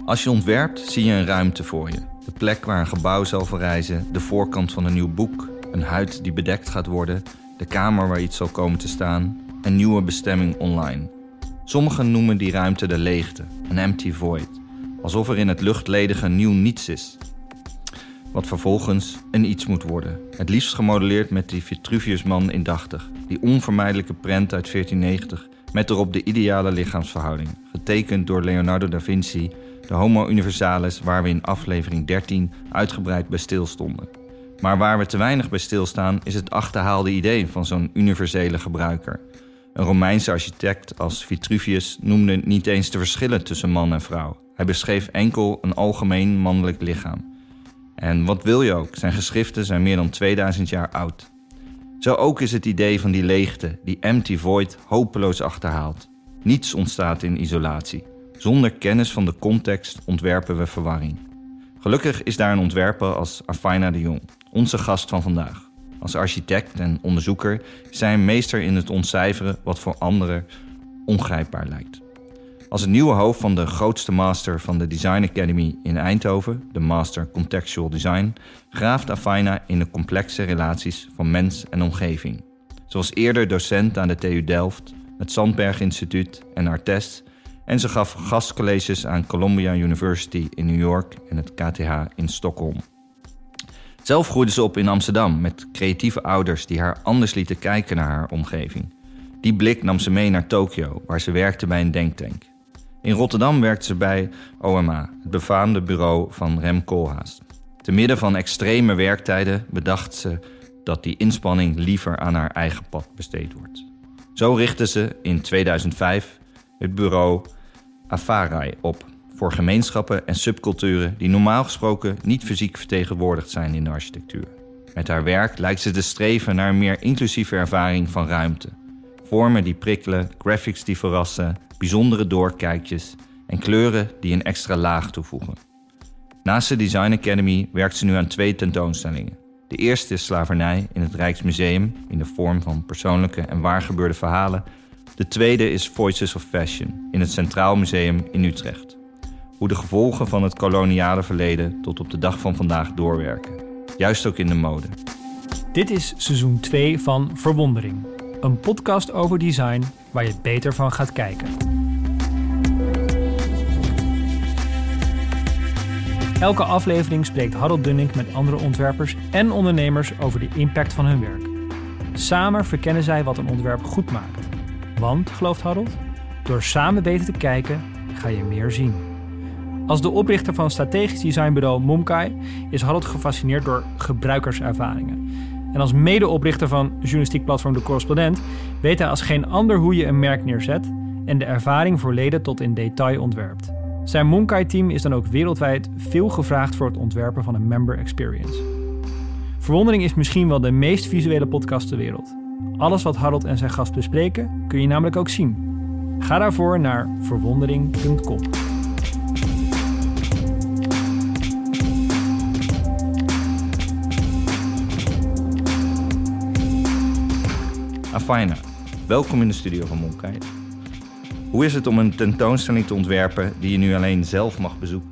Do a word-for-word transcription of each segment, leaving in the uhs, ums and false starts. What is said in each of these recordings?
Als je ontwerpt, zie je een ruimte voor je. De plek waar een gebouw zal verrijzen, de voorkant van een nieuw boek, een huid die bedekt gaat worden, de kamer waar iets zal komen te staan, een nieuwe bestemming online. Sommigen noemen die ruimte de leegte, een empty void. Alsof er in het luchtledige nieuw niets is. Wat vervolgens een iets moet worden. Het liefst gemodelleerd met die Vitruviusman indachtig. Die onvermijdelijke prent uit veertien negentig met erop de ideale lichaamsverhouding. Getekend door Leonardo da Vinci, de Homo Universalis, waar we in aflevering dertien uitgebreid bij stilstonden. Maar waar we te weinig bij stilstaan is het achterhaalde idee van zo'n universele gebruiker. Een Romeinse architect als Vitruvius noemde niet eens de verschillen tussen man en vrouw. Hij beschreef enkel een algemeen mannelijk lichaam. En wat wil je ook, zijn geschriften zijn meer dan tweeduizend jaar oud. Zo ook is het idee van die leegte, die empty void, hopeloos achterhaald. Niets ontstaat in isolatie. Zonder kennis van de context ontwerpen we verwarring. Gelukkig is daar een ontwerper als Afaina de Jong, onze gast van vandaag. Als architect en onderzoeker is hij een meester in het ontcijferen wat voor anderen ongrijpbaar lijkt. Als het nieuwe hoofd van de grootste master van de Design Academy in Eindhoven, de Master Contextual Design, graaft Afaina in de complexe relaties van mens en omgeving. Ze was eerder docent aan de T U Delft, het Sandberg Instituut en Artest en ze gaf gastcolleges aan Columbia University in New York en het K T H in Stockholm. Zelf groeide ze op in Amsterdam met creatieve ouders die haar anders lieten kijken naar haar omgeving. Die blik nam ze mee naar Tokio, waar ze werkte bij een denktank. In Rotterdam werkte ze bij O M A, het befaamde bureau van Rem Koolhaas. Te midden van extreme werktijden bedacht ze dat die inspanning liever aan haar eigen pad besteed wordt. Zo richtte ze in tweeduizend vijf het bureau Afarai op voor gemeenschappen en subculturen die normaal gesproken niet fysiek vertegenwoordigd zijn in de architectuur. Met haar werk lijkt ze te streven naar een meer inclusieve ervaring van ruimte. Vormen die prikkelen, graphics die verrassen, bijzondere doorkijkjes en kleuren die een extra laag toevoegen. Naast de Design Academy werkt ze nu aan twee tentoonstellingen. De eerste is Slavernij in het Rijksmuseum in de vorm van persoonlijke en waargebeurde verhalen. De tweede is Voices of Fashion in het Centraal Museum in Utrecht. Hoe de gevolgen van het koloniale verleden tot op de dag van vandaag doorwerken. Juist ook in de mode. Dit is seizoen twee van Verwondering. Een podcast over design waar je beter van gaat kijken. Elke aflevering spreekt Harold Dunning met andere ontwerpers en ondernemers over de impact van hun werk. Samen verkennen zij wat een ontwerp goed maakt. Want, gelooft Harold, door samen beter te kijken ga je meer zien. Als de oprichter van strategisch designbureau Momkai is Harold gefascineerd door gebruikerservaringen. En als medeoprichter van journalistiek platform De Correspondent weet hij als geen ander hoe je een merk neerzet en de ervaring voor leden tot in detail ontwerpt. Zijn Momkai-team is dan ook wereldwijd veel gevraagd voor het ontwerpen van een member experience. Verwondering is misschien wel de meest visuele podcast ter wereld. Alles wat Harold en zijn gast bespreken kun je namelijk ook zien. Ga daarvoor naar verwondering punt com. Afaina, welkom in de studio van Momkai. Hoe is het om een tentoonstelling te ontwerpen die je nu alleen zelf mag bezoeken?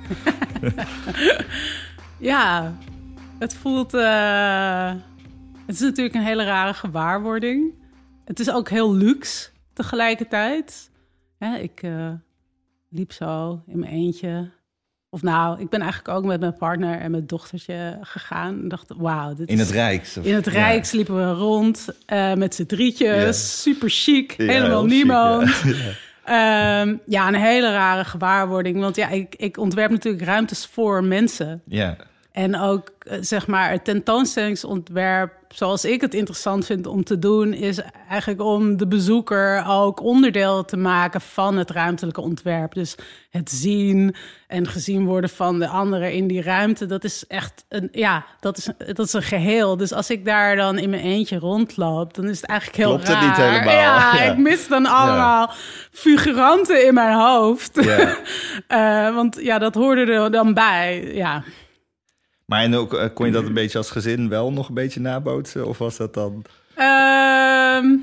Ja, het voelt... Uh, het is natuurlijk een hele rare gewaarwording. Het is ook heel luxe tegelijkertijd. Ja, ik uh, liep zo in mijn eentje. Of nou, ik ben eigenlijk ook met mijn partner en mijn dochtertje gegaan. En dacht, wauw. Dit in is... het Rijks? Of... In het Rijks ja. liepen we rond uh, met z'n drietjes. Ja. Super chic, ja, helemaal niemand. Chic, ja. Um, ja, een hele rare gewaarwording. Want ja, ik, ik ontwerp natuurlijk ruimtes voor mensen. Ja. En ook, zeg maar, het tentoonstellingsontwerp, zoals ik het interessant vind om te doen, is eigenlijk om de bezoeker ook onderdeel te maken van het ruimtelijke ontwerp. Dus het zien en gezien worden van de anderen in die ruimte, dat is echt een, ja, dat is, dat is een geheel. Dus als ik daar dan in mijn eentje rondloop, dan is het eigenlijk heel Klopt raar. Klopt het niet helemaal. Ja, ja, ik mis dan allemaal ja. figuranten in mijn hoofd. Ja. uh, want ja, dat hoorde er dan bij, ja. Maar en ook, kon je dat een beetje als gezin wel nog een beetje nabootsen? Of was dat dan... Uh,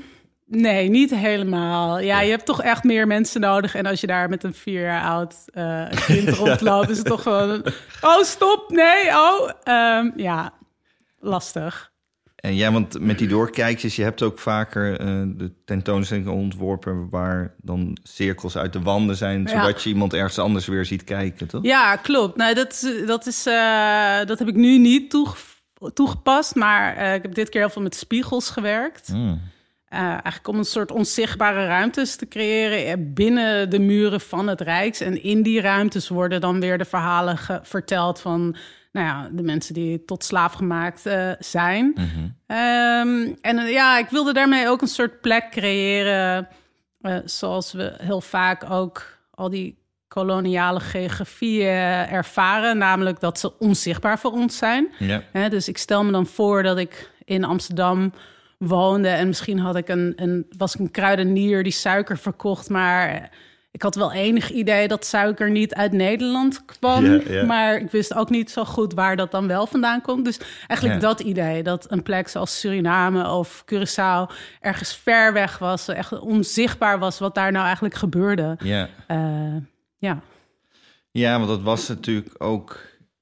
Nee, niet helemaal. Ja, ja, je hebt toch echt meer mensen nodig. En als je daar met een vier jaar oud uh, kind rondloopt... is het toch gewoon... Oh, stop, nee, oh. Um, ja, lastig. En ja, want met die doorkijkjes... je hebt ook vaker uh, de tentoonstellingen ontworpen... waar dan cirkels uit de wanden zijn... zodat ja. je iemand ergens anders weer ziet kijken, toch? Ja, klopt. Nou, dat, is, dat, is, uh, dat heb ik nu niet toege- toegepast... maar uh, ik heb dit keer heel veel met spiegels gewerkt... Mm. Uh, eigenlijk om een soort onzichtbare ruimtes te creëren binnen de muren van het Rijks. En in die ruimtes worden dan weer de verhalen ge- verteld van nou ja, de mensen die tot slaaf gemaakt uh, zijn. Mm-hmm. Um, en uh, ja, ik wilde daarmee ook een soort plek creëren, uh, zoals we heel vaak ook al die koloniale geografie uh, ervaren. Namelijk dat ze onzichtbaar voor ons zijn. Ja. Uh, dus ik stel me dan voor dat ik in Amsterdam... woonde en misschien had ik een, een, was ik een kruidenier die suiker verkocht... maar ik had wel enig idee dat suiker niet uit Nederland kwam... Yeah, yeah. maar ik wist ook niet zo goed waar dat dan wel vandaan komt. Dus eigenlijk yeah. dat idee, dat een plek zoals Suriname of Curaçao... ergens ver weg was, echt onzichtbaar was wat daar nou eigenlijk gebeurde. Yeah. Uh, ja. ja, want dat was natuurlijk ook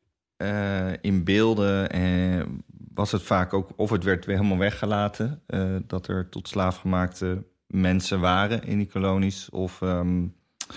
uh, in beelden... en was het vaak ook, of het werd weer helemaal weggelaten... Uh, dat er tot slaafgemaakte mensen waren in die kolonies. Of um,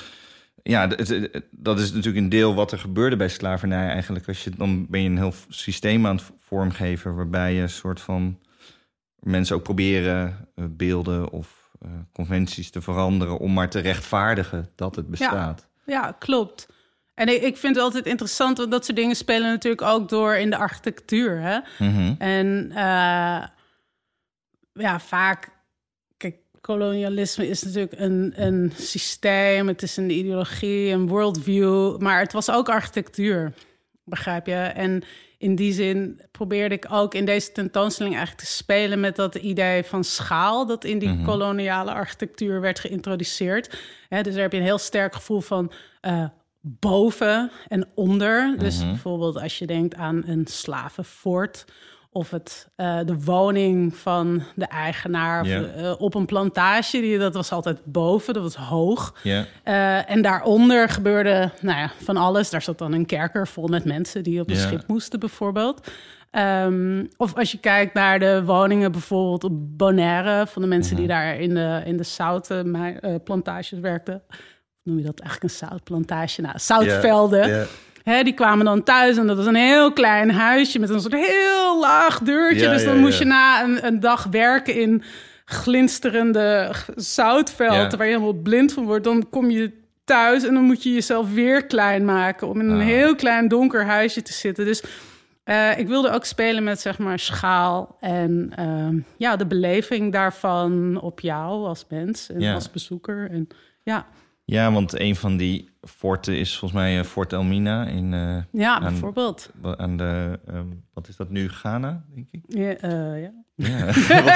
ja, d- d- dat is natuurlijk een deel wat er gebeurde bij slavernij eigenlijk. Als je, dan ben je een heel systeem aan het vormgeven... waarbij je een soort van mensen ook proberen uh, beelden of uh, conventies te veranderen... om maar te rechtvaardigen dat het bestaat. Ja, ja klopt. En ik, ik vind het altijd interessant, want dat soort dingen spelen natuurlijk ook door in de architectuur. Hè? Mm-hmm. En uh, ja, vaak, kijk, kolonialisme is natuurlijk een, een systeem, het is een ideologie, een worldview, maar het was ook architectuur, begrijp je? En in die zin probeerde ik ook in deze tentoonstelling eigenlijk te spelen met dat idee van schaal, dat in die mm-hmm. koloniale architectuur werd geïntroduceerd. Hè, dus daar heb je een heel sterk gevoel van... Uh, boven en onder. Dus mm-hmm. bijvoorbeeld als je denkt aan een slavenfort... of het, uh, de woning van de eigenaar yeah. of, uh, op een plantage... Die, dat was altijd boven, dat was hoog. Yeah. Uh, en daaronder gebeurde nou ja, van alles. Daar zat dan een kerker vol met mensen... die op een yeah. schip moesten bijvoorbeeld. Um, of als je kijkt naar de woningen bijvoorbeeld op Bonaire... van de mensen mm-hmm. die daar in de, in de zoutplantages uh, werkten... noem je dat eigenlijk een zoutplantage? Nou, zoutvelden. Yeah, yeah. Hè, die kwamen dan thuis en dat was een heel klein huisje... met een soort heel laag deurtje. Yeah, dus dan yeah, moest yeah. je na een, een dag werken in glinsterende zoutveld... Yeah. waar je helemaal blind van wordt. Dan kom je thuis en dan moet je jezelf weer klein maken... om in een oh. heel klein donker huisje te zitten. Dus uh, ik wilde ook spelen met zeg maar schaal... en uh, ja, de beleving daarvan op jou als mens en yeah. als bezoeker. En ja... Ja, want een van die forten is volgens mij uh, Fort Elmina in... Uh, ja, bijvoorbeeld. Aan, aan de, um, wat is dat nu, Ghana, denk ik? Ja, uh, ja. ja. Wat,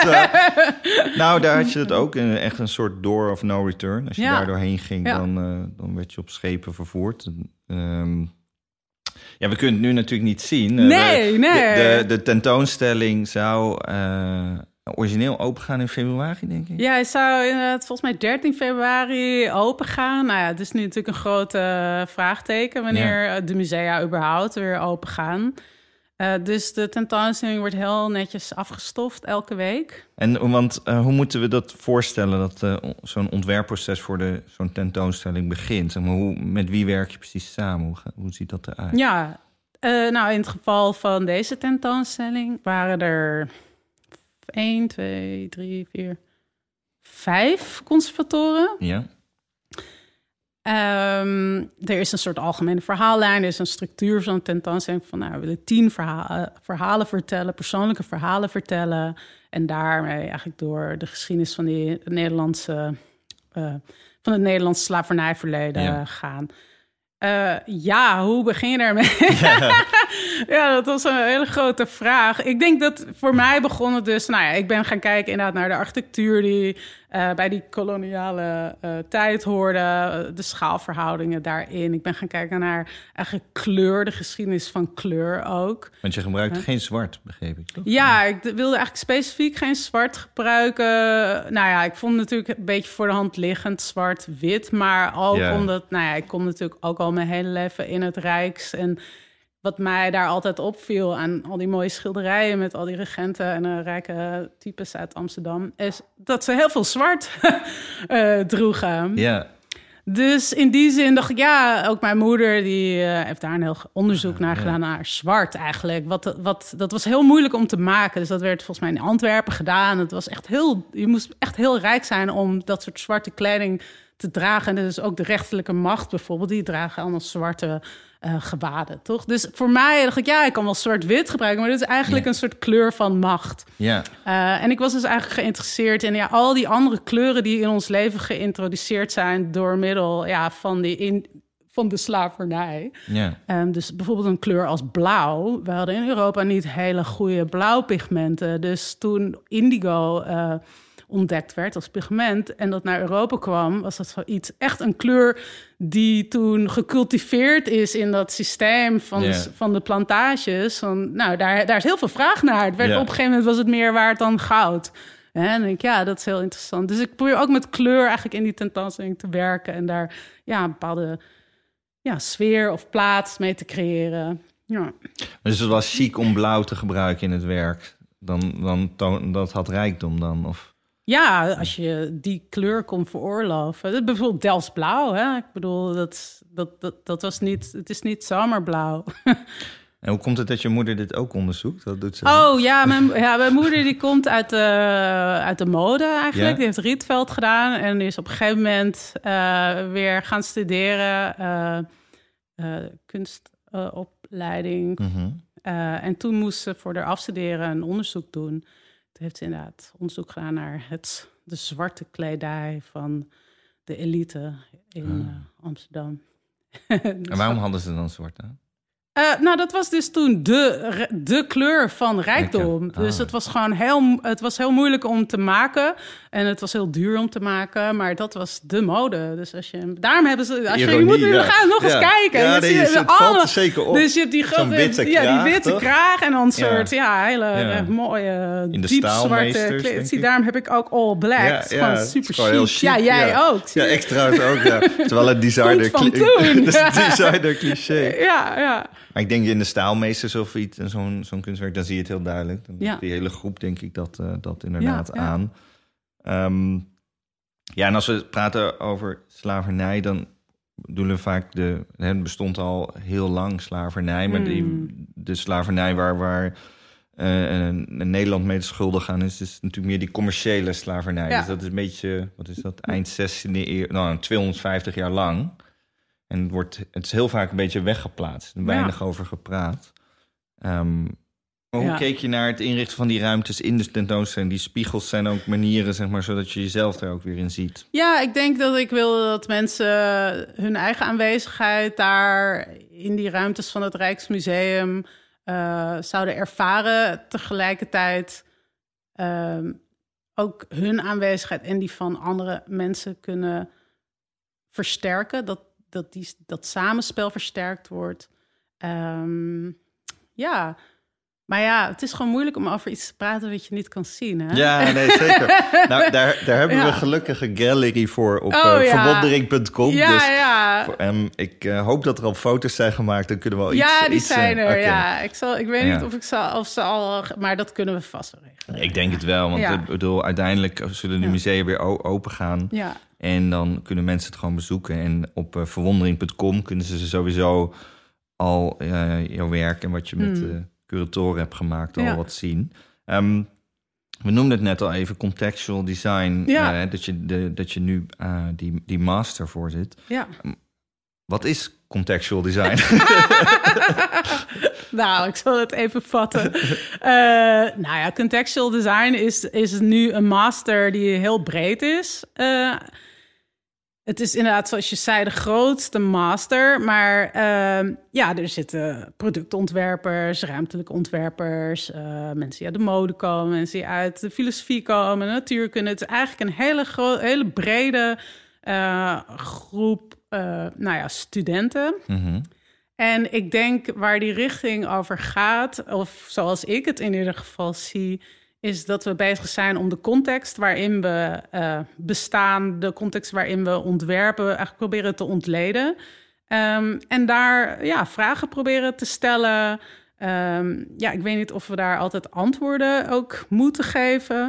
uh, nou, daar had je het ook, in, echt een soort door of no return. Als je ja. daar doorheen ging, ja. dan, uh, dan werd je op schepen vervoerd. Um, ja, we kunnen het nu natuurlijk niet zien. Nee, uh, nee. De, de, de tentoonstelling zou... Uh, origineel opengaan in februari, denk ik? Ja, hij zou inderdaad volgens mij dertien februari opengaan. Nou ja, het is nu natuurlijk een grote uh, vraagteken... wanneer ja. de musea überhaupt weer opengaan. Uh, dus de tentoonstelling wordt heel netjes afgestoft elke week. En want uh, hoe moeten we dat voorstellen... dat uh, zo'n ontwerpproces voor de, zo'n tentoonstelling begint? Zeg maar, hoe, met wie werk je precies samen? Hoe, hoe ziet dat eruit? Ja, uh, nou in het geval van deze tentoonstelling... waren er... één, twee, drie, vier, vijf conservatoren. Ja. Um, er is een soort algemene verhaallijn. Er is een structuur van een tentoonstelling van... nou, we willen tien verhalen, verhalen vertellen, persoonlijke verhalen vertellen... en daarmee eigenlijk door de geschiedenis van die Nederlandse... Uh, van het Nederlandse slavernijverleden ja. gaan. Uh, ja, hoe begin je daarmee? Ja. Ja, dat was een hele grote vraag. Ik denk dat voor mij begon het dus... Nou ja, ik ben gaan kijken inderdaad naar de architectuur... die uh, bij die koloniale uh, tijd hoorde. Uh, de schaalverhoudingen daarin. Ik ben gaan kijken naar eigenlijk kleur. De geschiedenis van kleur ook. Want je gebruikt uh, geen zwart, begreep ik, toch? Ja, ik wilde eigenlijk specifiek geen zwart gebruiken. Nou ja, ik vond het natuurlijk een beetje voor de hand liggend zwart-wit. Maar ook yeah. omdat... Nou ja, ik kom natuurlijk ook al mijn hele leven in het Rijks... En wat mij daar altijd opviel aan al die mooie schilderijen... met al die regenten en uh, rijke types uit Amsterdam... is dat ze heel veel zwart uh, droegen. Ja. Dus in die zin dacht ik, ja, ook mijn moeder... die uh, heeft daar een heel onderzoek naar gedaan, ja. naar zwart eigenlijk. Wat, wat, dat was heel moeilijk om te maken. Dus dat werd volgens mij in Antwerpen gedaan. Het was echt heel, je moest echt heel rijk zijn om dat soort zwarte kleding te dragen. En dus ook de rechterlijke macht bijvoorbeeld... die dragen allemaal zwarte... Uh, gewaden, toch? Dus voor mij dacht ik, ja, ik kan wel zwart-wit gebruiken... maar dit is eigenlijk ja. een soort kleur van macht. Ja. Uh, en ik was dus eigenlijk geïnteresseerd in ja, al die andere kleuren... die in ons leven geïntroduceerd zijn... door middel ja, van, die in, van de slavernij. Ja. Um, dus bijvoorbeeld een kleur als blauw. We hadden in Europa niet hele goede blauwpigmenten. Dus toen indigo... Uh, ontdekt werd als pigment en dat naar Europa kwam, was dat zoiets echt een kleur die toen gecultiveerd is in dat systeem van, yeah. de, van de plantages. Van, nou, daar, daar is heel veel vraag naar. Het werd, yeah. Op een gegeven moment was het meer waard dan goud. En dan denk ik, ja, dat is heel interessant. Dus ik probeer ook met kleur eigenlijk in die tentoonstelling te werken en daar ja, een bepaalde ja, sfeer of plaats mee te creëren. Ja. Dus het was chic om blauw te gebruiken in het werk. Dan, dan toon, dat had rijkdom dan, of... Ja, als je die kleur kon veroorloven. Bijvoorbeeld Delfts blauw, hè? Ik bedoel, dat, dat, dat, dat was niet... Het is niet zomerblauw. En hoe komt het dat je moeder dit ook onderzoekt? Dat doet ze oh ja mijn, ja, mijn moeder die komt uit de, uit de mode eigenlijk. Ja? Die heeft Rietveld gedaan en die is op een gegeven moment uh, weer gaan studeren. Uh, uh, kunstopleiding. Uh, mm-hmm. uh, en toen moest ze voor haar afstuderen een onderzoek doen... heeft inderdaad onderzoek gedaan naar het, de zwarte kledij van de elite in hmm. uh, Amsterdam. Dus en waarom hadden ze dan zwart aan? Uh, nou, dat was dus toen de, de kleur van rijkdom. Ah. Dus het was gewoon heel, het was heel moeilijk om te maken. En het was heel duur om te maken. Maar dat was de mode. Dus als je, daarom hebben ze... Als Ironie, je, je moet nu ja. gaan nog ja. eens kijken. Ja, nee, dus je, het valt er zeker op. Dus je hebt die grote witte kraag, ja, die witte toch? kraag en dan een soort ja. Ja, hele ja. mooie in de diep zwarte kleding. Daarom heb ik ook all black. Ja, het is ja, gewoon super chic. Heel chic. Ja, jij ja. ook. Ja, ik trouwens ook. Ja. Terwijl het designer, cli- dus het designer cliché. Ja, ja. Maar ik denk in de staalmeesters of iets, zo'n, zo'n kunstwerk, dan zie je het heel duidelijk. Dan ja. Die hele groep, denk ik, dat, uh, dat inderdaad ja, ja. aan. Um, ja, en als we praten over slavernij, dan doen we vaak de... Het bestond al heel lang slavernij, maar mm. die, de slavernij waar, waar uh, Nederland mee schuldig aan is, is natuurlijk meer die commerciële slavernij. Ja. Dus dat is een beetje, wat is dat, eind zestiende eeuw, nou, tweehonderdvijftig jaar lang. En het, wordt, het is heel vaak een beetje weggeplaatst. Er weinig ja. over gepraat. Um, maar hoe ja. keek je naar het inrichten van die ruimtes in de tentoonstelling? Die spiegels zijn ook manieren, zeg maar, zodat je jezelf er ook weer in ziet. Ja, ik denk dat ik wil dat mensen hun eigen aanwezigheid daar in die ruimtes van het Rijksmuseum uh, zouden ervaren. Tegelijkertijd uh, ook hun aanwezigheid en die van andere mensen kunnen versterken. Dat Dat, die, dat samenspel versterkt wordt. Um, ja, maar ja, het is gewoon moeilijk om over iets te praten wat je niet kan zien. Hè? Ja, nee, zeker. Nou, daar, daar hebben ja. we gelukkig een gallery voor op oh, uh, ja. verwondering punt com. Ja, dus ja. Um, ik uh, hoop dat er al foto's zijn gemaakt. Dan kunnen we wel ja, iets... Ja, die iets, zijn er, uh, okay. ja. Ik, zal, ik weet ja. niet of, ik zal, of ze al... Maar dat kunnen we vast wel regelen. Ik denk het wel, want ja. ik bedoel, uiteindelijk zullen de ja. musea weer o- open gaan. Ja. En dan kunnen mensen het gewoon bezoeken. En op uh, verwondering punt com kunnen ze sowieso al uh, jouw werk en wat je met de uh, curatoren hebt gemaakt al ja. wat zien. Um, we noemden het net al even, contextual design. Ja. Uh, dat, je de, dat je nu uh, die, die master voor zit. Ja. Um, wat is contextual design? Nou, ik zal het even vatten. Uh, nou ja, contextual design is, is nu een master die heel breed is. Uh, het is inderdaad, zoals je zei, de grootste master. Maar uh, ja, er zitten productontwerpers, ruimtelijke ontwerpers, uh, mensen die uit de mode komen, mensen die uit de filosofie komen, natuurkunde. Het is eigenlijk een hele, gro- hele brede uh, groep uh, nou ja, studenten. Mm-hmm. En ik denk waar die richting over gaat, of zoals ik het in ieder geval zie, is dat we bezig zijn om de context waarin we uh, bestaan, de context waarin we ontwerpen, eigenlijk proberen te ontleden. Um, en daar ja, vragen proberen te stellen. Um, ja, ik weet niet of we daar altijd antwoorden ook moeten geven.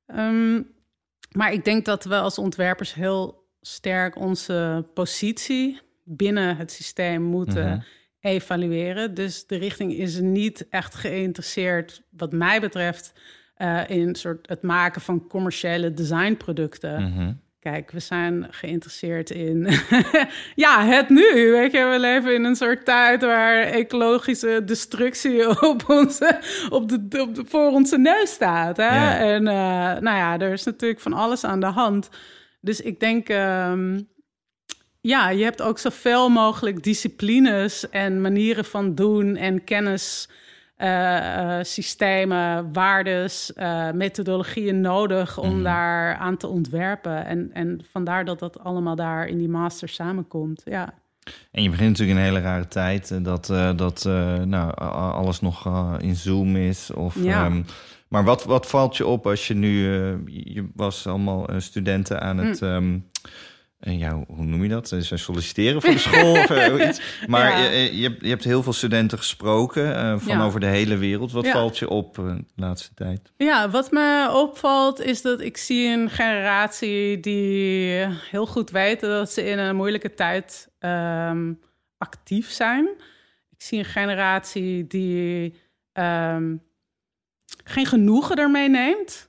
Um, maar ik denk dat we als ontwerpers heel sterk onze positie binnen het systeem moeten mm-hmm. evalueren. Dus de richting is niet echt geïnteresseerd, wat mij betreft, Uh, in soort het maken van commerciële designproducten. Mm-hmm. Kijk, we zijn geïnteresseerd in ja, het nu. Weet je, we leven in een soort tijd waar ecologische destructie op onze, op de, op de, voor onze neus staat. Hè? Yeah. En uh, nou ja, er is natuurlijk van alles aan de hand. Dus ik denk, um, ja, je hebt ook zoveel mogelijk disciplines en manieren van doen en kennis. Uh, uh, systemen, waardes, uh, methodologieën nodig om mm. daar aan te ontwerpen. En, en vandaar dat dat allemaal daar in die master samenkomt, ja. En je begint natuurlijk in een hele rare tijd, dat, uh, dat uh, nou, alles nog uh, in Zoom is. Of, ja. um, maar wat, wat valt je op als je nu... Uh, je was allemaal uh, studenten aan het... Mm. Um, Uh, ja, hoe noem je dat? Ze solliciteren voor de school of uh, iets. Maar ja. je, je, hebt, je hebt heel veel studenten gesproken uh, van ja. over de hele wereld. Wat ja. valt je op uh, de laatste tijd? Ja, wat me opvalt is dat ik zie een generatie die heel goed weten dat ze in een moeilijke tijd um, actief zijn. Ik zie een generatie die um, geen genoegen ermee neemt.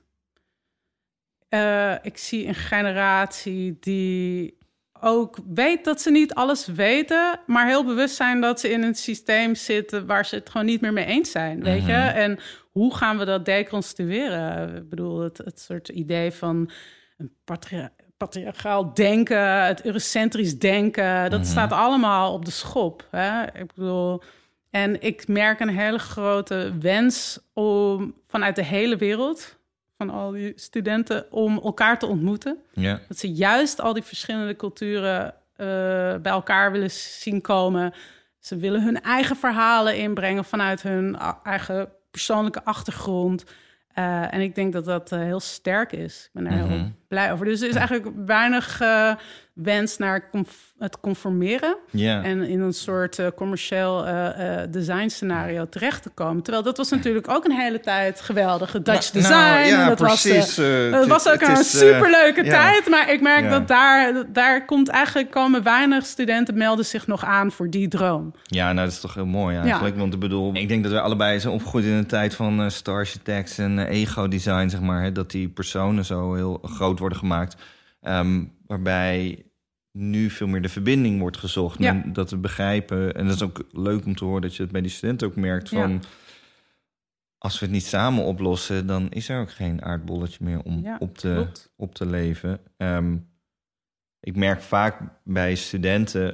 Uh, ik zie een generatie die ook weet dat ze niet alles weten, maar heel bewust zijn dat ze in een systeem zitten waar ze het gewoon niet meer mee eens zijn, weet mm-hmm. je? En hoe gaan we dat deconstrueren? Ik bedoel, het, het soort idee van een patria- patriarchaal denken, het eurocentrisch denken, dat mm-hmm. staat allemaal op de schop, hè? Ik bedoel, en ik merk een hele grote wens om vanuit de hele wereld, van al die studenten, om elkaar te ontmoeten. Ja. Dat ze juist al die verschillende culturen uh, bij elkaar willen zien komen. Ze willen hun eigen verhalen inbrengen vanuit hun eigen persoonlijke achtergrond. Uh, en ik denk dat dat uh, heel sterk is. Ik ben er mm-hmm. heel blij over. Dus er is eigenlijk weinig uh, wens naar conf- het conformeren. Yeah. En in een soort uh, commercieel uh, uh, design scenario terecht te komen. Terwijl dat was natuurlijk ook een hele tijd geweldig. Dutch nou, design. Nou, ja, dat precies. Was, uh, uh, dat was ook een is, superleuke uh, tijd. Ja. Maar ik merk ja. dat daar, daar komt eigenlijk komen weinig studenten melden zich nog aan voor die droom. Ja, nou dat is toch heel mooi eigenlijk. Ja. Want ik bedoel, ik denk dat we allebei zijn opgegroeid in een tijd van uh, Starship Attacks en uh, ego-design, zeg maar. Hè, dat die personen zo heel groot worden gemaakt. Um, waarbij nu veel meer de verbinding wordt gezocht. Ja. En dat we begrijpen, en dat is ook leuk om te horen dat je het bij die studenten ook merkt van, ja. als we het niet samen oplossen, dan is er ook geen aardbolletje meer om ja, op, te, op te leven. Um, ik merk vaak bij studenten,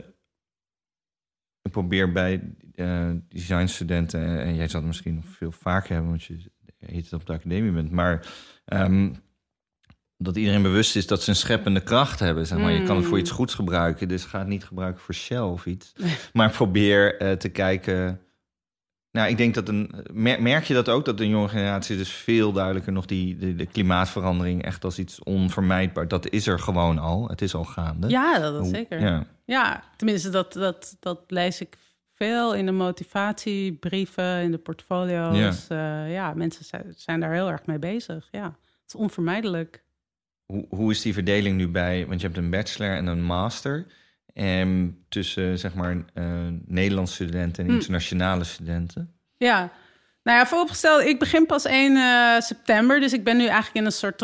ik probeer bij uh, designstudenten, en jij zal het misschien nog veel vaker hebben, want je heet het op de academie bent, maar um, dat iedereen bewust is dat ze een scheppende kracht hebben. Zeg maar. Mm. Je kan het voor iets goeds gebruiken, dus ga het niet gebruiken voor Shell of iets. Maar probeer uh, te kijken. Nou, ik denk dat een. Merk je dat ook, dat de jonge generatie dus veel duidelijker nog die de, de klimaatverandering echt als iets onvermijdbaar. Dat is er gewoon al. Het is al gaande. Ja, dat is zeker. Ja, ja tenminste, dat, dat, dat lees ik veel in de motivatiebrieven, in de portfolio's. Ja, uh, ja mensen zijn, zijn daar heel erg mee bezig. Ja, het is onvermijdelijk. Hoe, hoe is die verdeling nu bij? Want je hebt een bachelor en een master. En tussen, zeg maar, uh, Nederlandse studenten en internationale mm. studenten. Ja, nou ja, vooropgesteld, ik begin pas één uh, september. Dus ik ben nu eigenlijk in een soort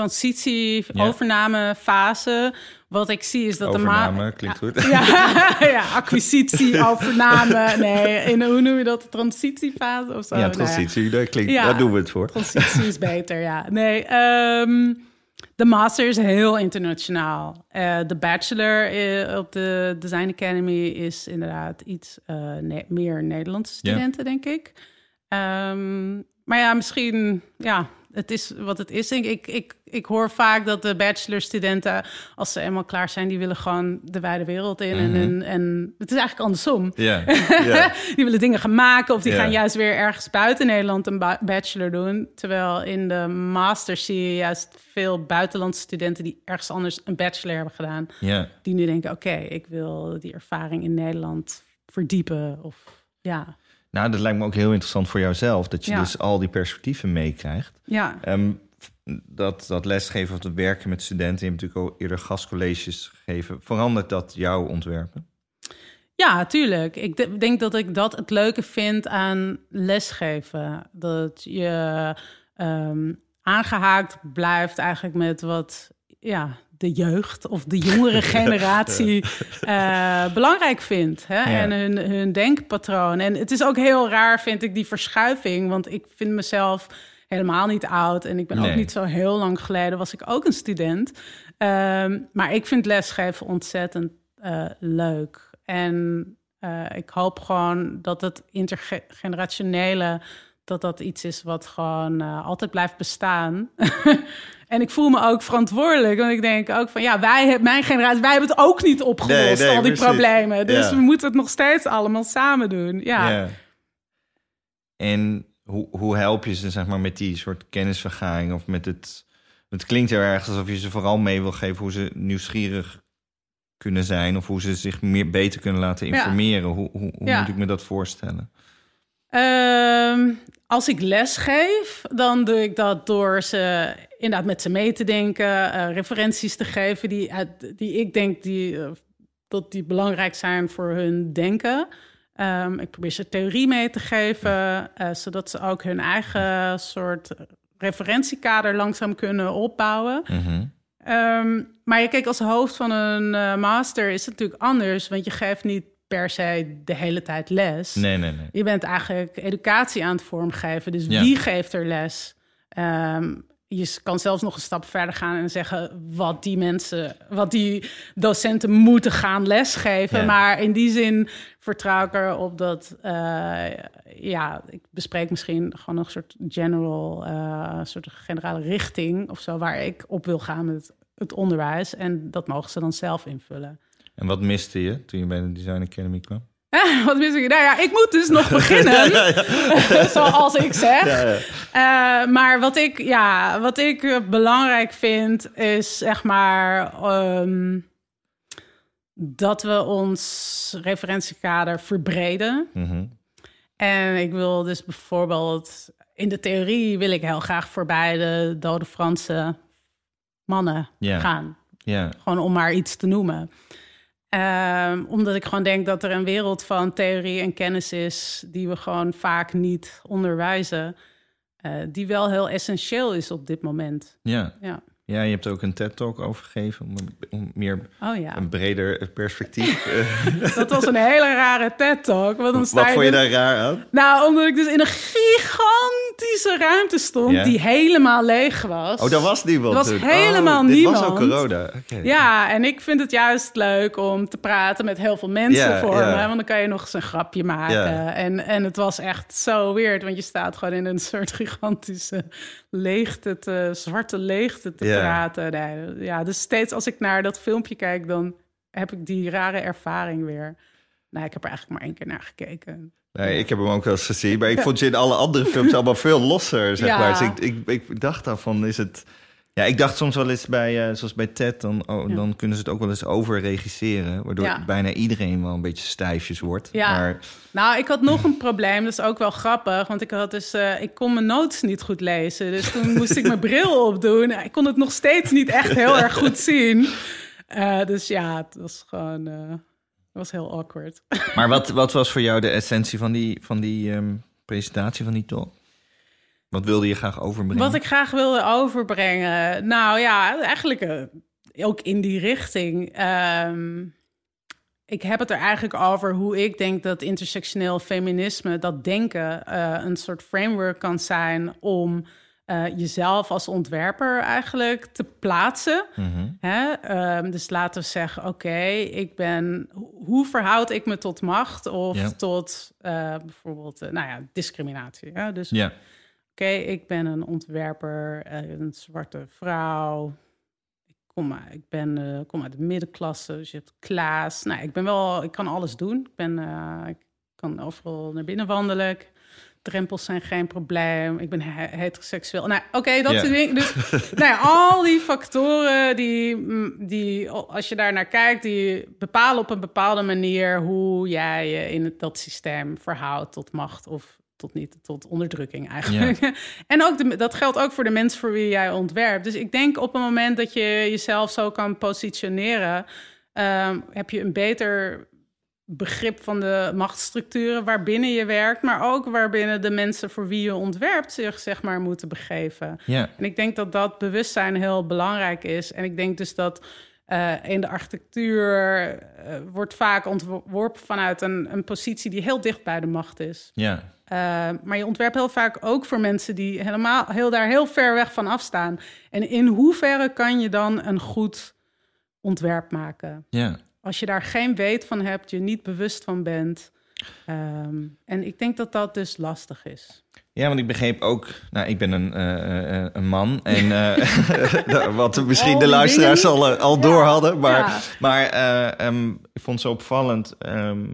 transitie-overname-fase. Wat ik zie is dat overname, de ma- klinkt ja, goed. Ja, ja, acquisitie, overname. Nee, in, hoe noem je dat? De transitiefase of zo? Ja, transitie, nou ja. dat klinkt, ja, daar doen we het voor. Transitie is beter, ja. Nee, um, De master is heel internationaal. Uh, de bachelor uh, op de Design Academy is inderdaad iets uh, ne- meer Nederlandse studenten, yeah. denk ik. Um, maar ja, misschien, ja, het is wat het is. Denk ik, ik, ik hoor vaak dat de bachelorstudenten, als ze eenmaal klaar zijn, die willen gewoon de wijde wereld in. Mm-hmm. En, en het is eigenlijk andersom. Yeah. Yeah. Die willen dingen gaan maken of die yeah. gaan juist weer ergens buiten Nederland een ba- bachelor doen. Terwijl in de master zie je juist veel buitenlandse studenten die ergens anders een bachelor hebben gedaan. Yeah. Die nu denken, oké, okay, ik wil die ervaring in Nederland verdiepen. Of ja... Nou, dat lijkt me ook heel interessant voor jouzelf, dat je ja. dus al die perspectieven meekrijgt. Ja. Um, dat, dat lesgeven of dat werken met studenten, je hebt natuurlijk al eerder gastcolleges gegeven. Verandert dat jouw ontwerpen? Ja, tuurlijk. Ik de, denk dat ik dat het leuke vind aan lesgeven. Dat je um, aangehaakt blijft eigenlijk met wat... ja. de jeugd of de jongere generatie uh, belangrijk vindt. Hè? Ja. En hun, hun denkpatroon. En het is ook heel raar, vind ik, die verschuiving. Want ik vind mezelf helemaal niet oud. En ik ben nee. ook niet zo heel lang geleden, was ik ook een student. Um, maar ik vind lesgeven ontzettend uh, leuk. En uh, ik hoop gewoon dat het intergenerationele... dat dat iets is wat gewoon uh, altijd blijft bestaan. En ik voel me ook verantwoordelijk. Want ik denk ook van, ja, wij, mijn generatie... wij hebben het ook niet opgelost, nee, nee, al die precies. problemen. Dus ja. we moeten het nog steeds allemaal samen doen. Ja. ja. En hoe, hoe help je ze, zeg maar, met die soort kennisvergaring? Of met het... Het klinkt heel erg alsof je ze vooral mee wil geven... hoe ze nieuwsgierig kunnen zijn... of hoe ze zich meer beter kunnen laten informeren. Ja. Hoe, hoe, hoe ja. moet ik me dat voorstellen? Um, als ik les geef, dan doe ik dat door ze inderdaad met ze mee te denken, uh, referenties te geven die, uit, die ik denk die, uh, dat die belangrijk zijn voor hun denken. Um, ik probeer ze theorie mee te geven, uh, zodat ze ook hun eigen soort referentiekader langzaam kunnen opbouwen. Mm-hmm. Um, maar je kijk, als hoofd van een uh, master is het natuurlijk anders, want je geeft niet per se de hele tijd les. Nee, nee, nee. Je bent eigenlijk educatie aan het vormgeven. Dus ja. wie geeft er les? Um, je kan zelfs nog een stap verder gaan en zeggen wat die mensen, wat die docenten moeten gaan lesgeven. Ja. Maar in die zin vertrouw ik erop dat, uh, ja, ik bespreek misschien gewoon een soort general, uh, soort generale richting of zo, waar ik op wil gaan met het onderwijs. En dat mogen ze dan zelf invullen. En wat miste je toen je bij de Design Academy kwam? Eh, wat miste ik? Nou ja, ik moet dus nog beginnen, ja, ja, ja. zoals ik zeg. Ja, ja. Uh, maar wat ik, ja, wat ik belangrijk vind, is zeg maar um, dat we ons referentiekader verbreden. Mm-hmm. En ik wil dus bijvoorbeeld, in de theorie wil ik heel graag voorbij de dode Franse mannen ja. gaan. Ja. Gewoon om maar iets te noemen. Um, omdat ik gewoon denk dat er een wereld van theorie en kennis is die we gewoon vaak niet onderwijzen, uh, die wel heel essentieel is op dit moment. Ja, ja. ja, je hebt ook een TED-talk over gegeven om, om meer oh, ja. een breder perspectief. Dat was een hele rare TED-talk. Want dan sta Wat je vond je dus... daar raar aan? Nou, omdat ik dus in een gigantische ruimte stond ja. die helemaal leeg was. Oh, daar was niemand. Er was helemaal oh, niemand. Dit was ook corona. Okay. Ja, en ik vind het juist leuk om te praten met heel veel mensen ja, voor ja. me. Want dan kan je nog eens een grapje maken. Ja. En, en het was echt zo weird, want je staat gewoon in een soort gigantische leegte, te, zwarte leegte te ja. praten. Nee, ja, dus steeds als ik naar dat filmpje kijk, dan heb ik die rare ervaring weer. Nou, ik heb er eigenlijk maar één keer naar gekeken. Nee, ik heb hem ook wel eens gezien, maar ik vond je in alle andere films allemaal veel losser, zeg ja. maar. Dus ik, ik, ik dacht daarvan, is het... Ja, ik dacht soms wel eens bij, uh, zoals bij TED, dan, oh, ja. dan kunnen ze het ook wel eens overregisseren, waardoor ja. bijna iedereen wel een beetje stijfjes wordt. Ja. Maar... Nou, ik had nog een probleem, dat is ook wel grappig, want ik had dus, uh, ik kon mijn notes niet goed lezen, dus toen moest ik mijn bril opdoen. Ik kon het nog steeds niet echt heel erg goed zien. Uh, dus ja, het was gewoon, uh, het was heel awkward. Maar wat, wat was voor jou de essentie van die, van die um, presentatie, van die talk? Wat wilde je graag overbrengen? Wat ik graag wilde overbrengen? Nou ja, eigenlijk uh, ook in die richting. Um, ik heb het er eigenlijk over hoe ik denk dat intersectioneel feminisme, dat denken, uh, een soort framework kan zijn om uh, jezelf als ontwerper eigenlijk te plaatsen. Mm-hmm. Hè? Um, dus laten we zeggen, oké, okay, ik ben... Hoe verhoud ik me tot macht of ja. tot uh, bijvoorbeeld, uh, nou ja, discriminatie. Hè? Dus ja. oké, okay, ik ben een ontwerper, uh, een zwarte vrouw... Kom maar, ik ben, uh, kom uit de middenklasse, dus je hebt Klaas. Nou, ik ben wel, ik kan alles doen. Ik ben, uh, ik kan overal naar binnen wandelen. Drempels zijn geen probleem. Ik ben he- heteroseksueel. Nou, oké, okay, dat yeah. soort dingen. Dus, nou ja, al die factoren die, die, als je daar naar kijkt, die bepalen op een bepaalde manier hoe jij je in het, dat systeem verhoudt tot macht of tot niet, tot onderdrukking eigenlijk. Ja. En ook de, dat geldt ook voor de mensen voor wie jij ontwerpt. Dus ik denk op het moment dat je jezelf zo kan positioneren, um, heb je een beter begrip van de machtsstructuren waarbinnen je werkt, maar ook waarbinnen de mensen voor wie je ontwerpt zich zeg maar moeten begeven. Ja. En ik denk dat dat bewustzijn heel belangrijk is. En ik denk dus dat Uh, in de architectuur uh, wordt vaak ontworpen vanuit een, een positie die heel dicht bij de macht is. Ja. Uh, maar je ontwerpt heel vaak ook voor mensen die helemaal heel daar heel ver weg van afstaan. En in hoeverre kan je dan een goed ontwerp maken? Ja. Als je daar geen weet van hebt, je niet bewust van bent. Um, en ik denk dat dat dus lastig is. Ja, want ik begreep ook... Nou, ik ben een, uh, een man. En uh, wat misschien oh, de luisteraars al, al ja, door hadden. Maar, ja. maar uh, um, ik vond het zo opvallend... Um,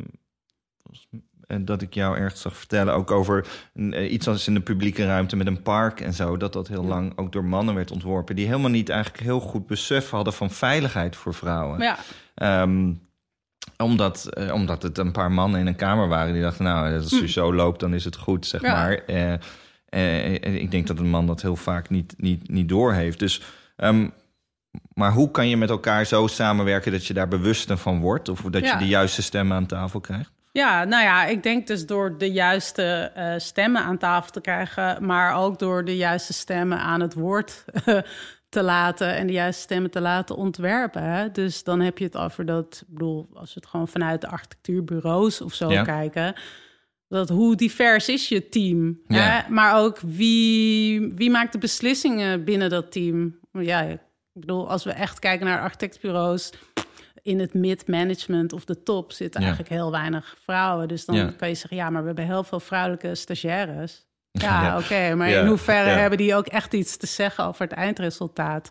dat ik jou ergens zag vertellen... ook over uh, iets als in de publieke ruimte met een park en zo... dat dat heel ja. lang ook door mannen werd ontworpen... die helemaal niet eigenlijk heel goed besef hadden... van veiligheid voor vrouwen. Ja. Um, Omdat, uh, omdat het een paar mannen in een kamer waren... die dachten, nou, als je mm. zo loopt, dan is het goed, zeg ja. maar. Uh, uh, ik denk dat een man dat heel vaak niet, niet, niet doorheeft. Dus, um, maar hoe kan je met elkaar zo samenwerken... dat je daar bewuster van wordt? Of dat ja. je de juiste stemmen aan tafel krijgt? Ja, nou ja, ik denk dus door de juiste uh, stemmen aan tafel te krijgen... maar ook door de juiste stemmen aan het woord te laten en de juiste stemmen te laten ontwerpen. Hè? Dus dan heb je het over dat, ik bedoel, als we het gewoon vanuit de architectuurbureaus of zo ja. kijken, dat hoe divers is je team? Ja. Hè? Maar ook wie, wie maakt de beslissingen binnen dat team? Ja, ik bedoel, als we echt kijken naar architectbureaus, in het mid-management of de top zitten ja. eigenlijk heel weinig vrouwen. Dus dan ja. kan je zeggen, ja, maar we hebben heel veel vrouwelijke stagiaires. Ja, ja. oké, okay, maar ja. in hoeverre ja. hebben die ook echt iets te zeggen over het eindresultaat?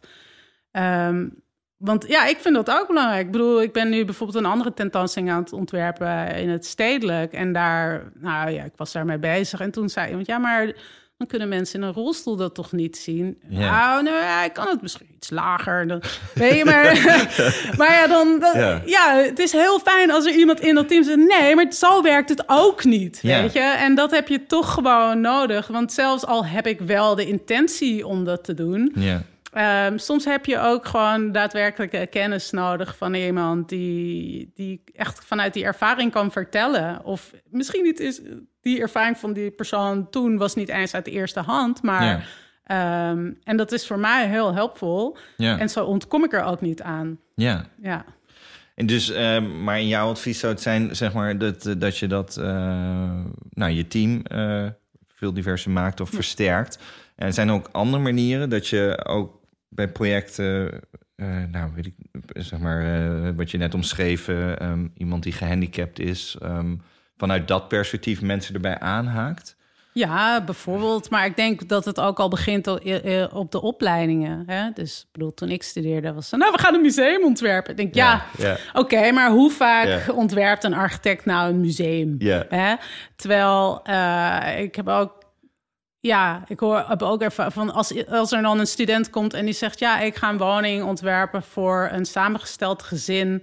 Um, want ja, ik vind dat ook belangrijk. Ik bedoel, ik ben nu bijvoorbeeld een andere tentoonstelling aan het ontwerpen in het stedelijk. En daar, nou ja, ik was daarmee bezig. En toen zei iemand, ja, maar dan kunnen mensen in een rolstoel dat toch niet zien? Ja. Nou, nee, ik kan het misschien iets lager. Dan, weet je, maar, maar ja, dan, dan ja. ja, het is heel fijn als er iemand in dat team zegt, nee, maar zo werkt het ook niet, ja. weet je? En dat heb je toch gewoon nodig. Want zelfs al heb ik wel de intentie om dat te doen, ja. Um, soms heb je ook gewoon daadwerkelijke kennis nodig van iemand die, die echt vanuit die ervaring kan vertellen. Of misschien niet is die ervaring van die persoon toen was niet eens uit de eerste hand, maar ja. um, en dat is voor mij heel helpvol. Ja. En zo ontkom ik er ook niet aan. Ja. Ja. En dus, uh, maar in jouw advies zou het zijn, zeg maar, dat, dat je dat, uh, nou, je team uh, veel diverser maakt of versterkt. En er zijn ook andere manieren dat je ook bij projecten, uh, nou weet ik, zeg maar, uh, wat je net omschreef, uh, um, iemand die gehandicapt is, um, vanuit dat perspectief mensen erbij aanhaakt? Ja, bijvoorbeeld. Maar ik denk dat het ook al begint op de opleidingen. Hè? Dus ik bedoel, toen ik studeerde was het, nou, we gaan een museum ontwerpen. Ik denk, ja, ja, ja. oké, okay, maar hoe vaak ja. ontwerpt een architect nou een museum? Ja. Hè? Terwijl uh, ik heb ook Ja, ik hoor heb ook even van als, als er dan een student komt en die zegt, ja, ik ga een woning ontwerpen voor een samengesteld gezin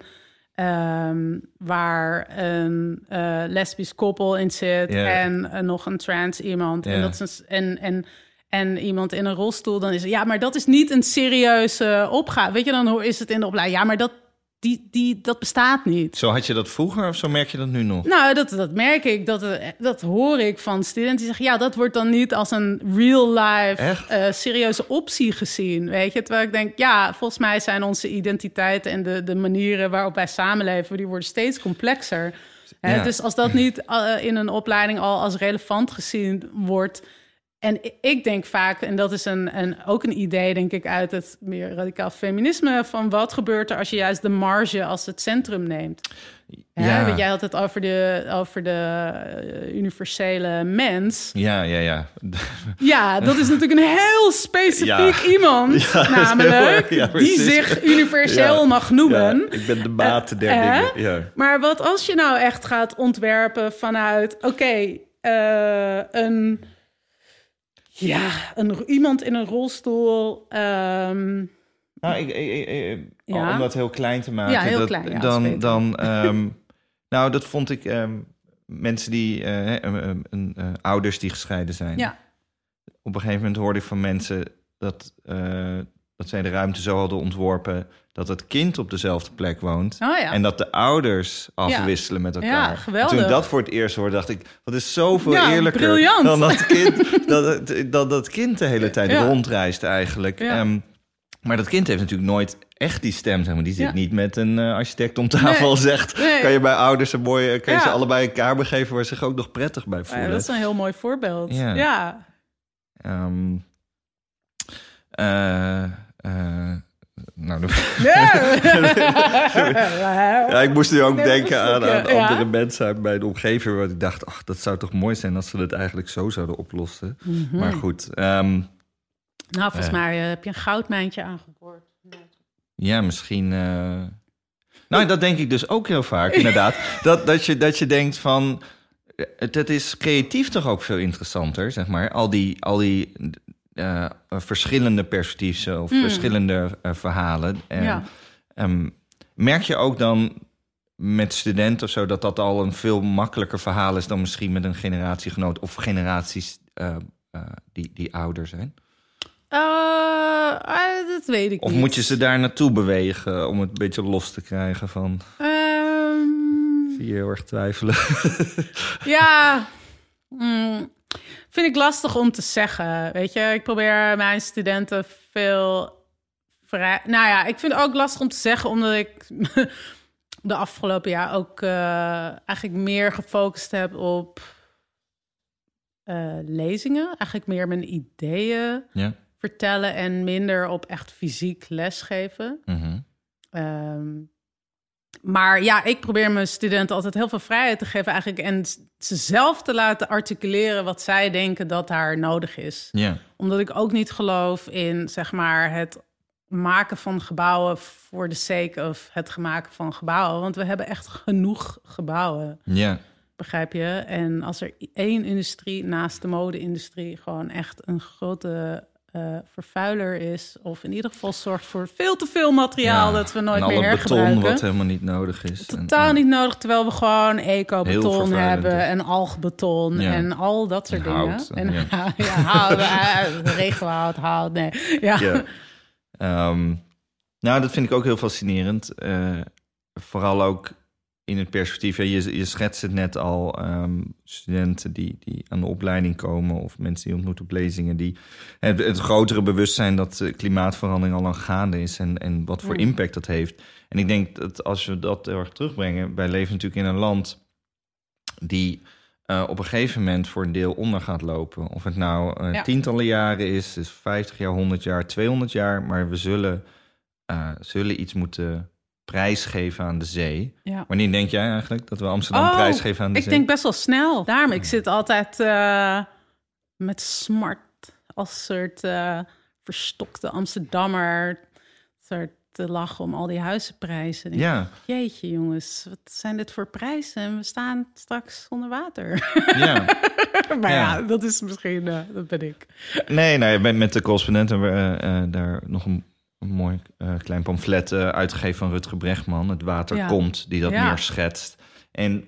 um, waar een uh, lesbisch koppel in zit yeah. en uh, nog een trans iemand yeah. en, dat is een, en, en, en iemand in een rolstoel, dan is het, ja, maar dat is niet een serieuze opgave. Weet je, dan is het in de opleiding, ja, maar dat Die, die, dat bestaat niet. Zo had je dat vroeger of zo merk je dat nu nog? Nou, dat, dat merk ik. Dat, dat hoor ik van studenten die zeggen, ja, dat wordt dan niet als een real-life uh, serieuze optie gezien. Weet je? Terwijl ik denk, ja, volgens mij zijn onze identiteiten en de, de manieren waarop wij samenleven, die worden steeds complexer. Hè? Ja. Dus als dat niet uh, in een opleiding al als relevant gezien wordt En ik denk vaak, en dat is een, een, ook een idee, denk ik, uit het meer radicaal feminisme, van wat gebeurt er als je juist de marge als het centrum neemt? Ja. Ja, want jij had het over de, over de uh, universele mens. Ja, ja, ja. Ja, dat is natuurlijk een heel specifiek ja. iemand, ja, namelijk, heel, ja, die zich universeel ja. mag noemen. Ja, ik ben de maat der uh, dingen. Uh, ja. Maar wat als je nou echt gaat ontwerpen vanuit, oké, okay, uh, een... Ja, een, iemand in een rolstoel. Um, nou, ik, ik, ik, ja. om dat heel klein te maken. Ja, heel dat, klein. Ja, dan, dan, um, nou, dat vond ik um, mensen die, uh, um, um, uh, ouders die gescheiden zijn. Ja. Op een gegeven moment hoorde ik van mensen dat, uh, dat zij de ruimte zo hadden ontworpen dat het kind op dezelfde plek woont. Oh, ja. En dat de ouders afwisselen ja. met elkaar. Ja, geweldig. En toen ik dat voor het eerst hoorde, dacht ik, wat is zoveel ja, eerlijker briljant. dan dat kind, dat, dat dat kind de hele tijd ja. rondreist eigenlijk. Ja. Um, maar dat kind heeft natuurlijk nooit echt die stem, zeg maar. Die zit ja. niet met een uh, architect om tafel nee. zegt, nee. kan je bij ouders een mooie, kan je ja. ze allebei een kamer geven waar ze zich ook nog prettig bij voelen. Ja, dat is een heel mooi voorbeeld. Ja. ja. Um, uh, uh, Nou, de... ja, ik moest nu ook nee, denken aan, aan ja. andere mensen uit mijn omgeving, waar ik dacht, ach, dat zou toch mooi zijn als ze het eigenlijk zo zouden oplossen. Mm-hmm. Maar goed. Um, nou, volgens uh, mij uh, heb je een goudmijntje aangeboord. Ja, misschien. Uh... Nou, dat denk ik dus ook heel vaak, inderdaad. dat, dat, je, dat je denkt van, het, het is creatief toch ook veel interessanter, zeg maar. Al die, al die uh, verschillende perspectieven of mm. verschillende uh, verhalen. En, ja. um, merk je ook dan met studenten of zo dat dat al een veel makkelijker verhaal is dan misschien met een generatiegenoot of generaties uh, uh, die, die ouder zijn? Uh, uh, dat weet ik of niet. Of moet je ze daar naartoe bewegen om het een beetje los te krijgen van? Um, Zie je heel erg twijfelen? Ja, mm, vind ik lastig om te zeggen. Weet je, ik probeer mijn studenten veel vrij... Nou ja, ik vind het ook lastig om te zeggen, omdat ik de afgelopen jaar ook uh, eigenlijk meer gefocust heb op uh, lezingen. Eigenlijk meer mijn ideeën ja. vertellen en minder op echt fysiek lesgeven. Mm-hmm. Um, maar ja, ik probeer mijn studenten altijd heel veel vrijheid te geven eigenlijk en ze zelf te laten articuleren wat zij denken dat daar nodig is. Yeah. Omdat ik ook niet geloof in, zeg maar, het maken van gebouwen voor de sake of het maken van gebouwen. Want we hebben echt genoeg gebouwen. Ja. Yeah. Begrijp je? En als er één industrie naast de mode-industrie gewoon echt een grote uh, vervuiler is, of in ieder geval zorgt voor veel te veel materiaal ja, dat we nooit meer hergebruiken. En alle beton wat helemaal niet nodig is. Totaal en, niet nodig, terwijl we gewoon eco-beton hebben en algbeton ja. en al dat soort en dingen. Hout, en ja. ja, hout, regenwoud, hout, nee. Ja. ja. Um, nou, dat vind ik ook heel fascinerend. Uh, vooral ook in het perspectief, je, je schetst het net al, um, studenten die, die aan de opleiding komen of mensen die ontmoeten op lezingen, die het, het grotere bewustzijn dat uh, klimaatverandering al lang gaande is en, en wat voor mm. impact dat heeft. En ik denk dat als we dat heel erg terugbrengen, wij leven natuurlijk in een land die uh, op een gegeven moment voor een deel onder gaat lopen. Of het nou uh, ja. tientallen jaren is, is vijftig jaar, honderd jaar, tweehonderd jaar, maar we zullen, uh, zullen iets moeten prijsgeven aan de zee. Ja. Wanneer denk jij eigenlijk dat we Amsterdam oh, prijsgeven aan de ik zee? Ik denk best wel snel. Daarom, ik zit altijd uh, met smart als soort uh, verstokte Amsterdammer soort te lachen om al die huizenprijzen. Ja. Jeetje jongens, wat zijn dit voor prijzen? En we staan straks onder water. Ja. maar ja. ja, dat is misschien, uh, dat ben ik. Nee, nou, je bent met de correspondenten uh, uh, daar nog een een mooi uh, klein pamflet uh, uitgegeven van Rutger Bregman. Het water ja. komt, die dat ja. meer schetst. En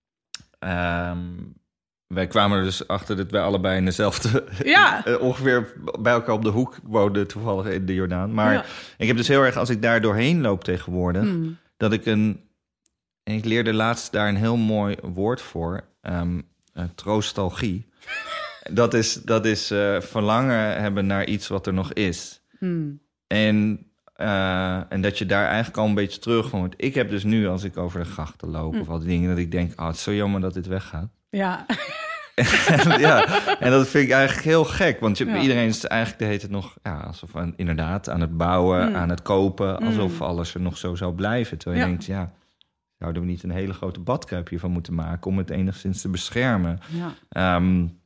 um, wij kwamen er dus achter dat wij allebei in dezelfde... Ja. uh, ongeveer bij elkaar op de hoek woonden, toevallig in de Jordaan. Maar ja. ik heb dus heel erg, als ik daar doorheen loop tegenwoordig, hmm. dat ik een... En ik leerde laatst daar een heel mooi woord voor. Um, uh, troostalgie. dat is, dat is uh, verlangen hebben naar iets wat er nog is. Hmm. En, uh, en dat je daar eigenlijk al een beetje terug van. Want ik heb dus nu, als ik over de grachten loop mm. of al die dingen, dat ik denk, oh, het is zo jammer dat dit weggaat. Ja. en, ja, en dat vind ik eigenlijk heel gek. Want je, Ja. iedereen is eigenlijk de hele tijd nog... Ja, alsof aan, inderdaad aan het bouwen, Mm. aan het kopen... alsof Mm. alles er nog zo zou blijven. Terwijl je Ja. denkt, ja... zouden we niet een hele grote badkuip hiervan moeten maken... om het enigszins te beschermen? Ja. Um,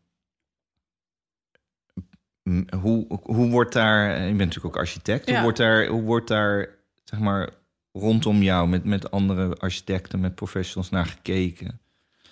m- hoe, hoe wordt daar... Je bent natuurlijk ook architect. Ja. Hoe wordt daar, hoe wordt daar zeg maar, rondom jou... Met, met andere architecten, met professionals naar gekeken?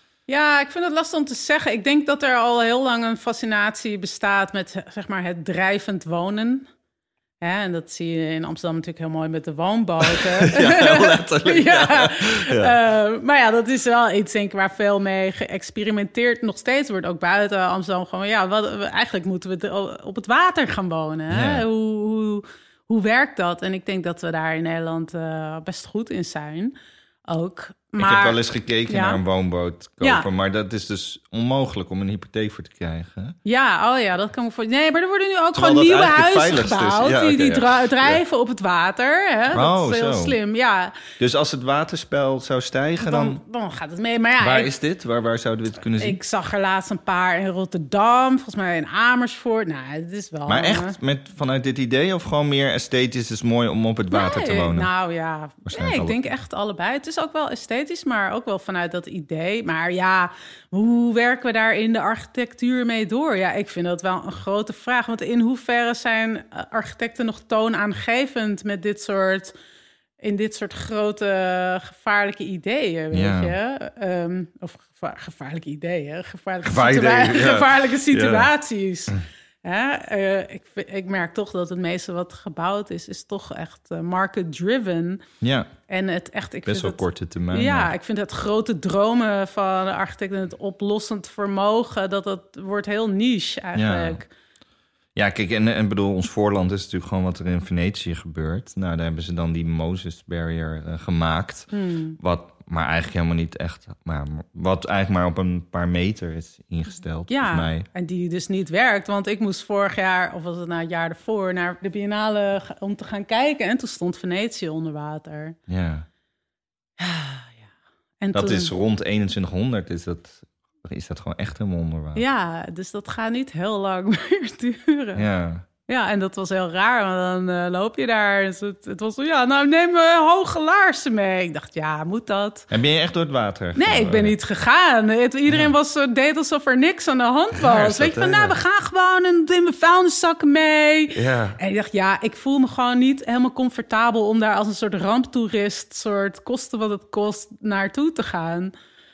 Ja, ik vind het lastig om te zeggen. Ik denk dat er al heel lang een fascinatie bestaat met zeg maar, het drijvend wonen. Ja, en dat zie je in Amsterdam natuurlijk heel mooi met de woonboten. Ja, heel letterlijk. ja. Ja. Uh, maar ja, dat is wel iets denk ik, waar veel mee geëxperimenteerd nog steeds wordt. Ook buiten Amsterdam gewoon, ja, wat, eigenlijk moeten we de, op het water gaan wonen. Hè? Ja. Hoe, hoe, hoe werkt dat? En ik denk dat we daar in Nederland uh, best goed in zijn. Ook. Maar, ik heb wel eens gekeken ja. naar een woonboot kopen... Ja. maar dat is dus onmogelijk om een hypotheek voor te krijgen. Ja, oh ja, dat kan me voor. Nee, maar er worden nu ook Terwijl gewoon dat nieuwe eigenlijk huizen het veiligste is. gebouwd... Ja, die, oké, die ja. dra- drijven op het water. Hè? Dat Oh, is heel zo. slim, ja. Dus als het waterspel zou stijgen, dan... Dan, dan gaat het mee. Maar ja, waar ik, is dit? Waar, waar zouden we het kunnen zien? ik zag er laatst een paar in Rotterdam, volgens mij in Amersfoort. Nou, het is wel... Maar uh, echt met, vanuit dit idee of gewoon meer esthetisch is mooi om op het water te nee, wonen? Nou ja, nee, Waarschijnlijk ik denk echt allebei. Het is ook wel esthetisch, maar ook wel vanuit dat idee. Maar ja, hoe werken we daar in de architectuur mee door? Ja, ik vind dat wel een grote vraag. Want in hoeverre zijn architecten nog toonaangevend met dit soort... in dit soort grote gevaarlijke ideeën, weet Ja. je? Um, of geva- gevaarlijke ideeën, gevaarlijke, Gevaar situa- ideeën, ja. gevaarlijke situaties. Ja. Ja, uh, ik, ik merk toch dat het meeste wat gebouwd is, is toch echt uh, market-driven. Ja, En het echt, ik best vind wel het, korte termijn. ja, ik vind het grote dromen van de architect en het oplossend vermogen, dat dat wordt heel niche eigenlijk. Ja. Ja, kijk, en, en bedoel, ons voorland is natuurlijk gewoon wat er in Venetië gebeurt. Nou, daar hebben ze dan die Moses Barrier uh, gemaakt. Hmm. Wat maar eigenlijk helemaal niet echt... Maar, wat eigenlijk maar op een paar meter is ingesteld, Ja, volgens mij. en die dus niet werkt. Want ik moest vorig jaar, of was het nou het jaar ervoor, naar de Biennale ga- om te gaan kijken. En toen stond Venetië onder water. Ja, Ja, ja. En dat toen, is rond eenentwintighonderd is dat, is dat gewoon echt helemaal onder water. Ja, dus dat gaat niet heel lang meer duren. Ja, Ja. en dat was heel raar, want dan uh, loop je daar. Dus het, het was zo, ja, nou neem uh, hoge laarzen mee. Ik dacht, ja, moet dat? En ben je echt door het water? Nee, ik ben niet gegaan. Het, iedereen Ja. was, uh, deed alsof er niks aan de hand Raar was. is Weet dat, je, van hè? nou, we gaan gewoon en neem mijn vuilniszakken mee. Ja. En ik dacht, ja, ik voel me gewoon niet helemaal comfortabel om daar als een soort ramptoerist, soort kosten wat het kost, naartoe te gaan.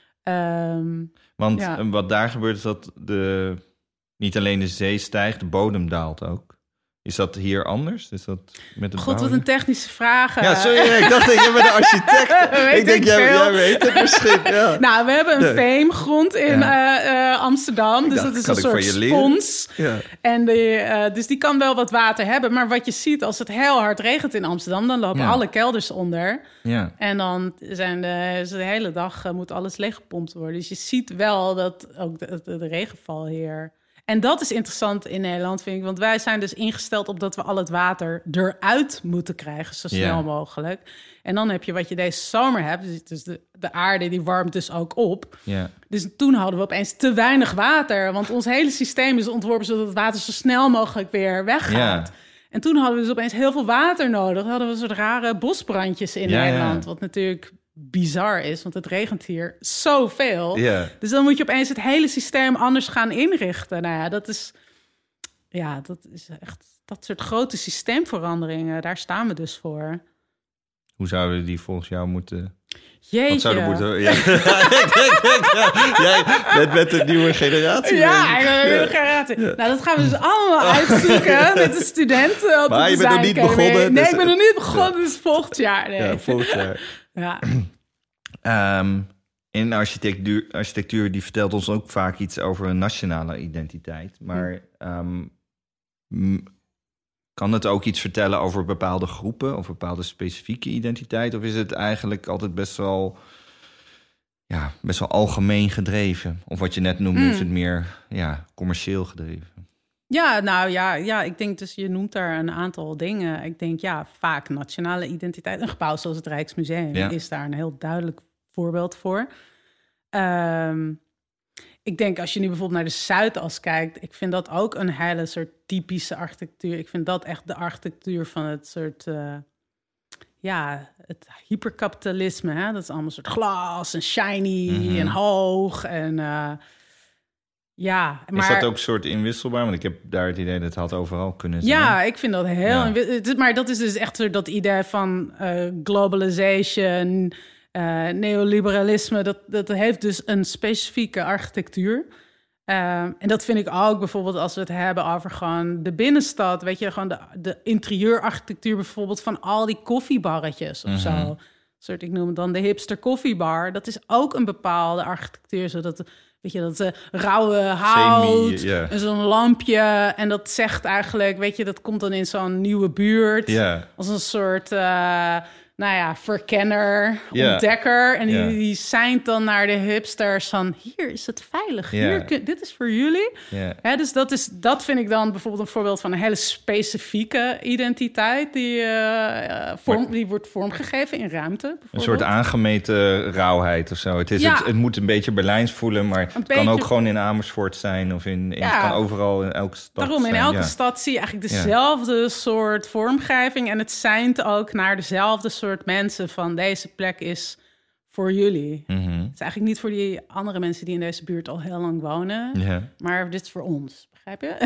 Um, Want Ja. uh, wat daar gebeurt is dat de, niet alleen de zee stijgt, de bodem daalt ook. Is dat hier anders? Is dat met het God, wat bouwen? een technische vraag. Ja, sorry, ik dacht dat jij bent een architect. Weet ik denk, ik jij, veel. jij weet het misschien. Ja. Nou, we hebben een Nee. veemgrond in Ja. uh, uh, Amsterdam. Dus dacht, dat is kan een ik van soort je leren? spons. Ja. En de, uh, dus die kan wel wat water hebben. Maar wat je ziet, als het heel hard regent in Amsterdam, dan lopen Ja. alle kelders onder. Ja. En dan zijn de, is de hele dag uh, moet alles leeggepompt worden. Dus je ziet wel dat ook de, de, de regenval hier. En dat is interessant in Nederland, vind ik. Want wij zijn dus ingesteld op dat we al het water eruit moeten krijgen, zo snel Ja. mogelijk. En dan heb je wat je deze zomer hebt. Dus de, de aarde die warmt dus ook op. Ja. Dus toen hadden we opeens te weinig water. Want ons hele systeem is ontworpen zodat het water zo snel mogelijk weer weggaat. Ja. En toen hadden we dus opeens heel veel water nodig. Dan hadden we een soort rare bosbrandjes in Ja, Nederland. ja. Wat natuurlijk bizar is, want het regent hier zoveel. Ja. Dus dan moet je opeens het hele systeem anders gaan inrichten. Nou ja, dat is, ja, dat is echt dat soort grote systeemveranderingen. Daar staan we dus voor. Hoe zouden die volgens jou moeten... Jeetje. Wat zouden moeten... Ja. ik denk, denk, ja. Jij bent met de nieuwe generatie. Ja, bezig. ik ben een generatie. Nou, dat gaan we dus allemaal uitzoeken met de studenten. Op Maar de je bent nog niet design academy. begonnen, Nee, dus- ik ben nog niet begonnen, dus volgend jaar. Nee. Ja, volgend jaar. Ja. Um, in architectuur, architectuur, die vertelt ons ook vaak iets over een nationale identiteit. Maar um, m- kan het ook iets vertellen over bepaalde groepen of bepaalde specifieke identiteit? Of is het eigenlijk altijd best wel, ja, best wel algemeen gedreven? Of wat je net noemde, Mm. is het meer ja, commercieel gedreven? Ja, nou ja, ja, ik denk dus, je noemt daar een aantal dingen. Ik denk, ja, vaak nationale identiteit. Een gebouw zoals het Rijksmuseum Ja. is daar een heel duidelijk voorbeeld voor. Um, ik denk als je nu bijvoorbeeld naar de Zuidas kijkt, ik vind dat ook een hele soort typische architectuur. Ik vind dat echt de architectuur van het soort, uh, ja, het hyperkapitalisme. Hè? Dat is allemaal een soort glas en shiny mm-hmm. en hoog en uh, ja. Maar, is dat ook een soort inwisselbaar? Want ik heb daar het idee dat het had overal kunnen zijn. Ja, ik vind dat heel... Ja. Inwi- maar dat is dus echt zo dat idee van uh, globalization, uh, neoliberalisme. Dat, dat heeft dus een specifieke architectuur. Uh, en dat vind ik ook bijvoorbeeld als we het hebben over gewoon de binnenstad. Weet je, gewoon de, de interieurarchitectuur bijvoorbeeld van al die koffiebarretjes of mm-hmm. zo. Soort, ik noem het dan de hipster koffiebar. Dat is ook een bepaalde architectuur, zodat... Weet je, dat uh, rauwe hout Semi, yeah. en zo'n lampje. En dat zegt eigenlijk, weet je, dat komt dan in zo'n nieuwe buurt. Yeah. Als een soort, uh, nou ja, verkenner, yeah. ontdekker. En die, yeah. die seint dan naar de hipsters van... hier is het veilig, yeah. hier kun, dit is voor jullie. Yeah. Hè, dus dat, is, dat vind ik dan bijvoorbeeld een voorbeeld van een hele specifieke identiteit... die, uh, vorm, die wordt vormgegeven in ruimte. Een soort aangemeten rauwheid of zo. Het, is ja. het, het moet een beetje Berlijns voelen, maar een het beetje... kan ook gewoon in Amersfoort zijn... of in, in ja. het kan overal in elke stad Daarom, zijn. in elke ja. stad zie je eigenlijk dezelfde ja. soort vormgeving... en het seint ook naar dezelfde soort mensen van deze plek is voor jullie. Mm-hmm. Het is eigenlijk niet voor die andere mensen die in deze buurt al heel lang wonen, yeah. maar dit is voor ons, begrijp je?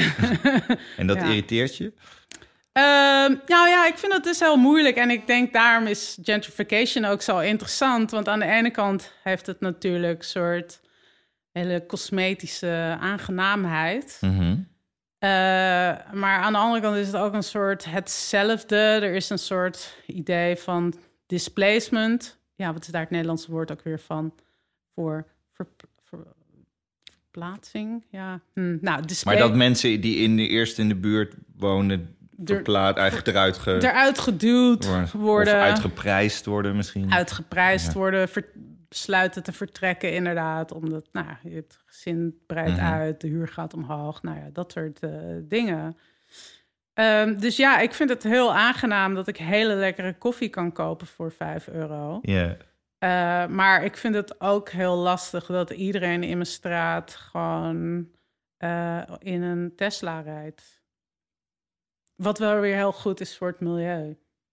En dat ja. irriteert je? Uh, nou ja, ik vind dat dus heel moeilijk en ik denk daarom is gentrification ook zo interessant, want aan de ene kant heeft het natuurlijk een soort hele cosmetische aangenaamheid. Mm-hmm. Uh, maar aan de andere kant is het ook een soort hetzelfde. Er is een soort idee van displacement. Ja, wat is daar het Nederlandse woord ook weer van? Voor ver, ver, verplaatsing? Ja. Hm, nou, display... Maar dat mensen die in de, eerst in de buurt wonen... verplaat, eigenlijk eruit, ge... eruit geduwd worden, worden. Of uitgeprijsd worden misschien. Uitgeprijsd ja. worden, ver, besluiten te vertrekken inderdaad. Omdat nou, het gezin breidt mm-hmm. uit, de huur gaat omhoog. Nou ja, dat soort uh, dingen. Um, dus ja, ik vind het heel aangenaam dat ik hele lekkere koffie kan kopen voor vijf euro. Yeah. Uh, maar ik vind het ook heel lastig dat iedereen in mijn straat gewoon uh, in een Tesla rijdt. Wat wel weer heel goed is voor het milieu.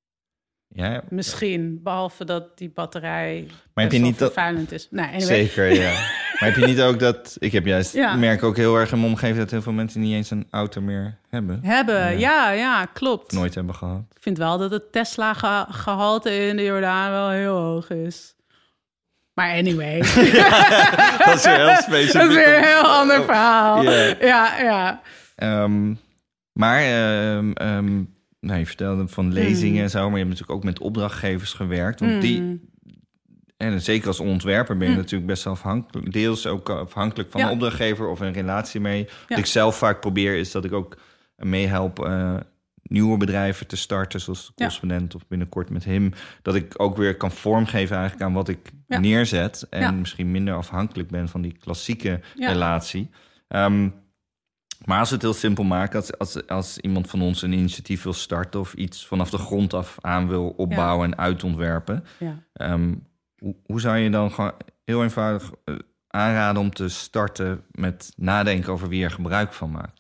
Ja, misschien, behalve dat die batterij maar heb je niet vervuilend dat... is. Nee, anyway. Zeker, ja. Maar heb je niet ook dat... Ik heb juist, ja. merk ook heel erg in mijn omgeving... dat heel veel mensen niet eens een auto meer hebben. Hebben, ja, ja, ja klopt. Nooit hebben gehad. Ik vind wel dat het Tesla-gehalte in de Jordaan wel heel hoog is. Maar anyway. Ja, dat is weer heel specifiek. Dat is weer een heel ander verhaal. Yeah. Ja, ja. Um, maar... Um, um, Nou, je vertelde van lezingen mm. en zo, maar je hebt natuurlijk ook met opdrachtgevers gewerkt. Want mm. die, en zeker als ontwerper ben je mm. natuurlijk best afhankelijk, deels ook afhankelijk van ja. een opdrachtgever of een relatie mee. Ja. Wat ik zelf vaak probeer is dat ik ook meehelp uh, nieuwe bedrijven te starten, zoals de correspondent ja. of binnenkort met hem. Dat ik ook weer kan vormgeven eigenlijk aan wat ik ja. neerzet en ja. misschien minder afhankelijk ben van die klassieke ja. relatie. Um, Maar als we het heel simpel maken, als, als, als iemand van ons een initiatief wil starten of iets vanaf de grond af aan wil opbouwen ja. en uitontwerpen, ja. um, hoe, hoe zou je dan gewoon heel eenvoudig uh, aanraden om te starten met nadenken over wie er gebruik van maakt?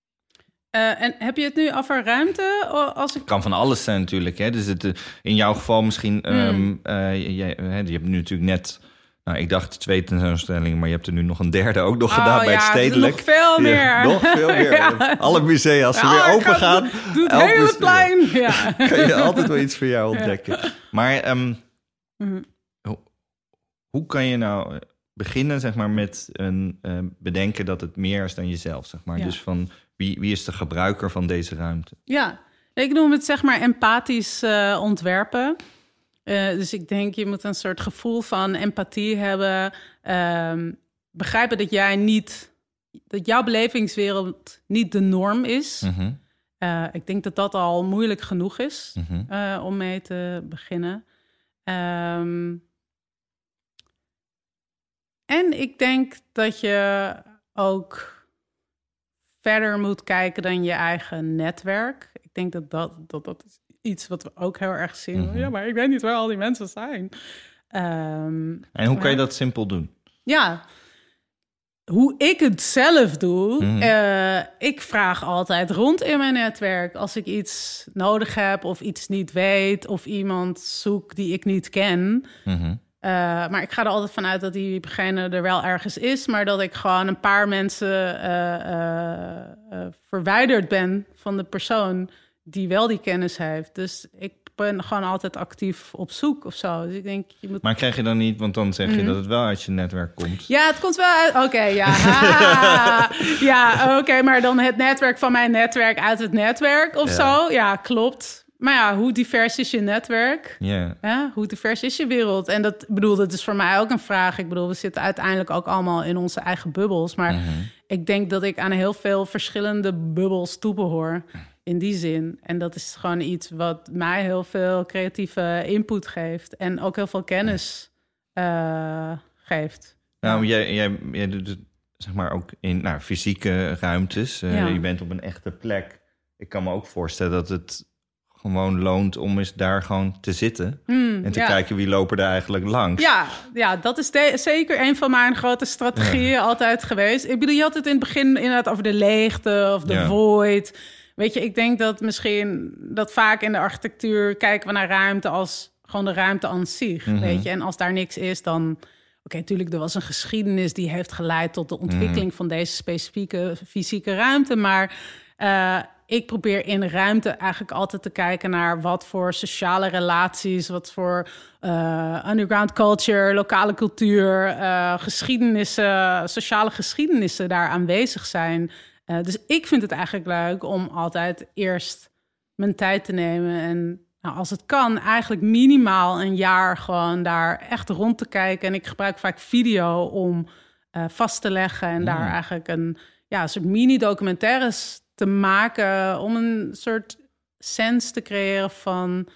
Uh, en heb je het nu over ruimte? Als ik... Het kan van alles zijn natuurlijk. Hè? Dus het, uh, in jouw geval misschien, um, mm. uh, je, je, je hebt nu natuurlijk net... Nou, ik dacht twee tentoonstellingen, maar je hebt er nu nog een derde ook nog oh, gedaan bij ja, het Stedelijk. Nog veel meer. Ja, nog veel meer. Ja. Alle musea, als ze ja, weer open gaan. Doe het hele musea, plein. Ja. Kan je altijd wel iets voor jou ontdekken. Ja. Maar um, mm-hmm. hoe, hoe kan je nou beginnen, zeg maar, met een uh, bedenken dat het meer is dan jezelf, zeg maar. Ja. Dus van wie, wie is de gebruiker van deze ruimte? Ja, ik noem het zeg maar empathisch uh, ontwerpen. Uh, dus ik denk, je moet een soort gevoel van empathie hebben. Um, begrijpen dat jij niet... dat jouw belevingswereld niet de norm is. Mm-hmm. Uh, ik denk dat dat al moeilijk genoeg is mm-hmm. uh, om mee te beginnen. Um, en ik denk dat je ook verder moet kijken dan je eigen netwerk. Ik denk dat dat, dat, dat is iets wat we ook heel erg zien. Mm-hmm. Ja, maar ik weet niet waar al die mensen zijn. Um, en hoe kan je dat simpel doen? Ja, hoe ik het zelf doe, Mm-hmm. uh, ik vraag altijd rond in mijn netwerk. Als ik iets nodig heb of iets niet weet of iemand zoek die ik niet ken. Mm-hmm. Uh, maar ik ga er altijd vanuit dat diegene er wel ergens is, maar dat ik gewoon een paar mensen uh, uh, uh, verwijderd ben van de persoon die wel die kennis heeft. Dus ik ben gewoon altijd actief op zoek of zo. Dus ik denk, je moet... Maar krijg je dan niet, want dan zeg je mm-hmm. dat het wel uit je netwerk komt. Ja, het komt wel uit... Oké, okay, ja. Ha, ja, oké, okay, maar dan het netwerk van mijn netwerk uit het netwerk of ja. zo. Ja, klopt. Maar ja, hoe divers is je netwerk? Yeah. Ja, hoe divers is je wereld? En dat bedoel, dat is voor mij ook een vraag. Ik bedoel, we zitten uiteindelijk ook allemaal in onze eigen bubbels. Maar mm-hmm. ik denk dat ik aan heel veel verschillende bubbels toebehoor. In die zin. En dat is gewoon iets wat mij heel veel creatieve input geeft. En ook heel veel kennis uh, geeft. Nou, ja. jij, jij, jij doet het zeg maar ook in nou, fysieke ruimtes. Uh, ja. Je bent op een echte plek. Ik kan me ook voorstellen dat het gewoon loont om eens daar gewoon te zitten. Mm, en te ja. kijken wie lopen er eigenlijk langs. Ja, ja dat is de, zeker een van mijn grote strategieën ja. altijd geweest. Ik bedoel, je had het in het begin inderdaad over de leegte of de ja. void. Weet je, ik denk dat misschien dat vaak in de architectuur kijken we naar ruimte als gewoon de ruimte aan zich. Mm-hmm. Weet je, en als daar niks is, dan... Oké, okay, natuurlijk, er was een geschiedenis die heeft geleid tot de ontwikkeling mm-hmm. van deze specifieke fysieke ruimte. Maar uh, ik probeer in ruimte eigenlijk altijd te kijken naar wat voor sociale relaties, wat voor uh, underground culture, lokale cultuur, uh, geschiedenissen, sociale geschiedenissen daar aanwezig zijn. Uh, dus ik vind het eigenlijk leuk om altijd eerst mijn tijd te nemen en nou, als het kan, eigenlijk minimaal een jaar gewoon daar echt rond te kijken. En ik gebruik vaak video om uh, vast te leggen en mm. daar eigenlijk een, ja, een soort mini-documentaires te maken om een soort sens te creëren van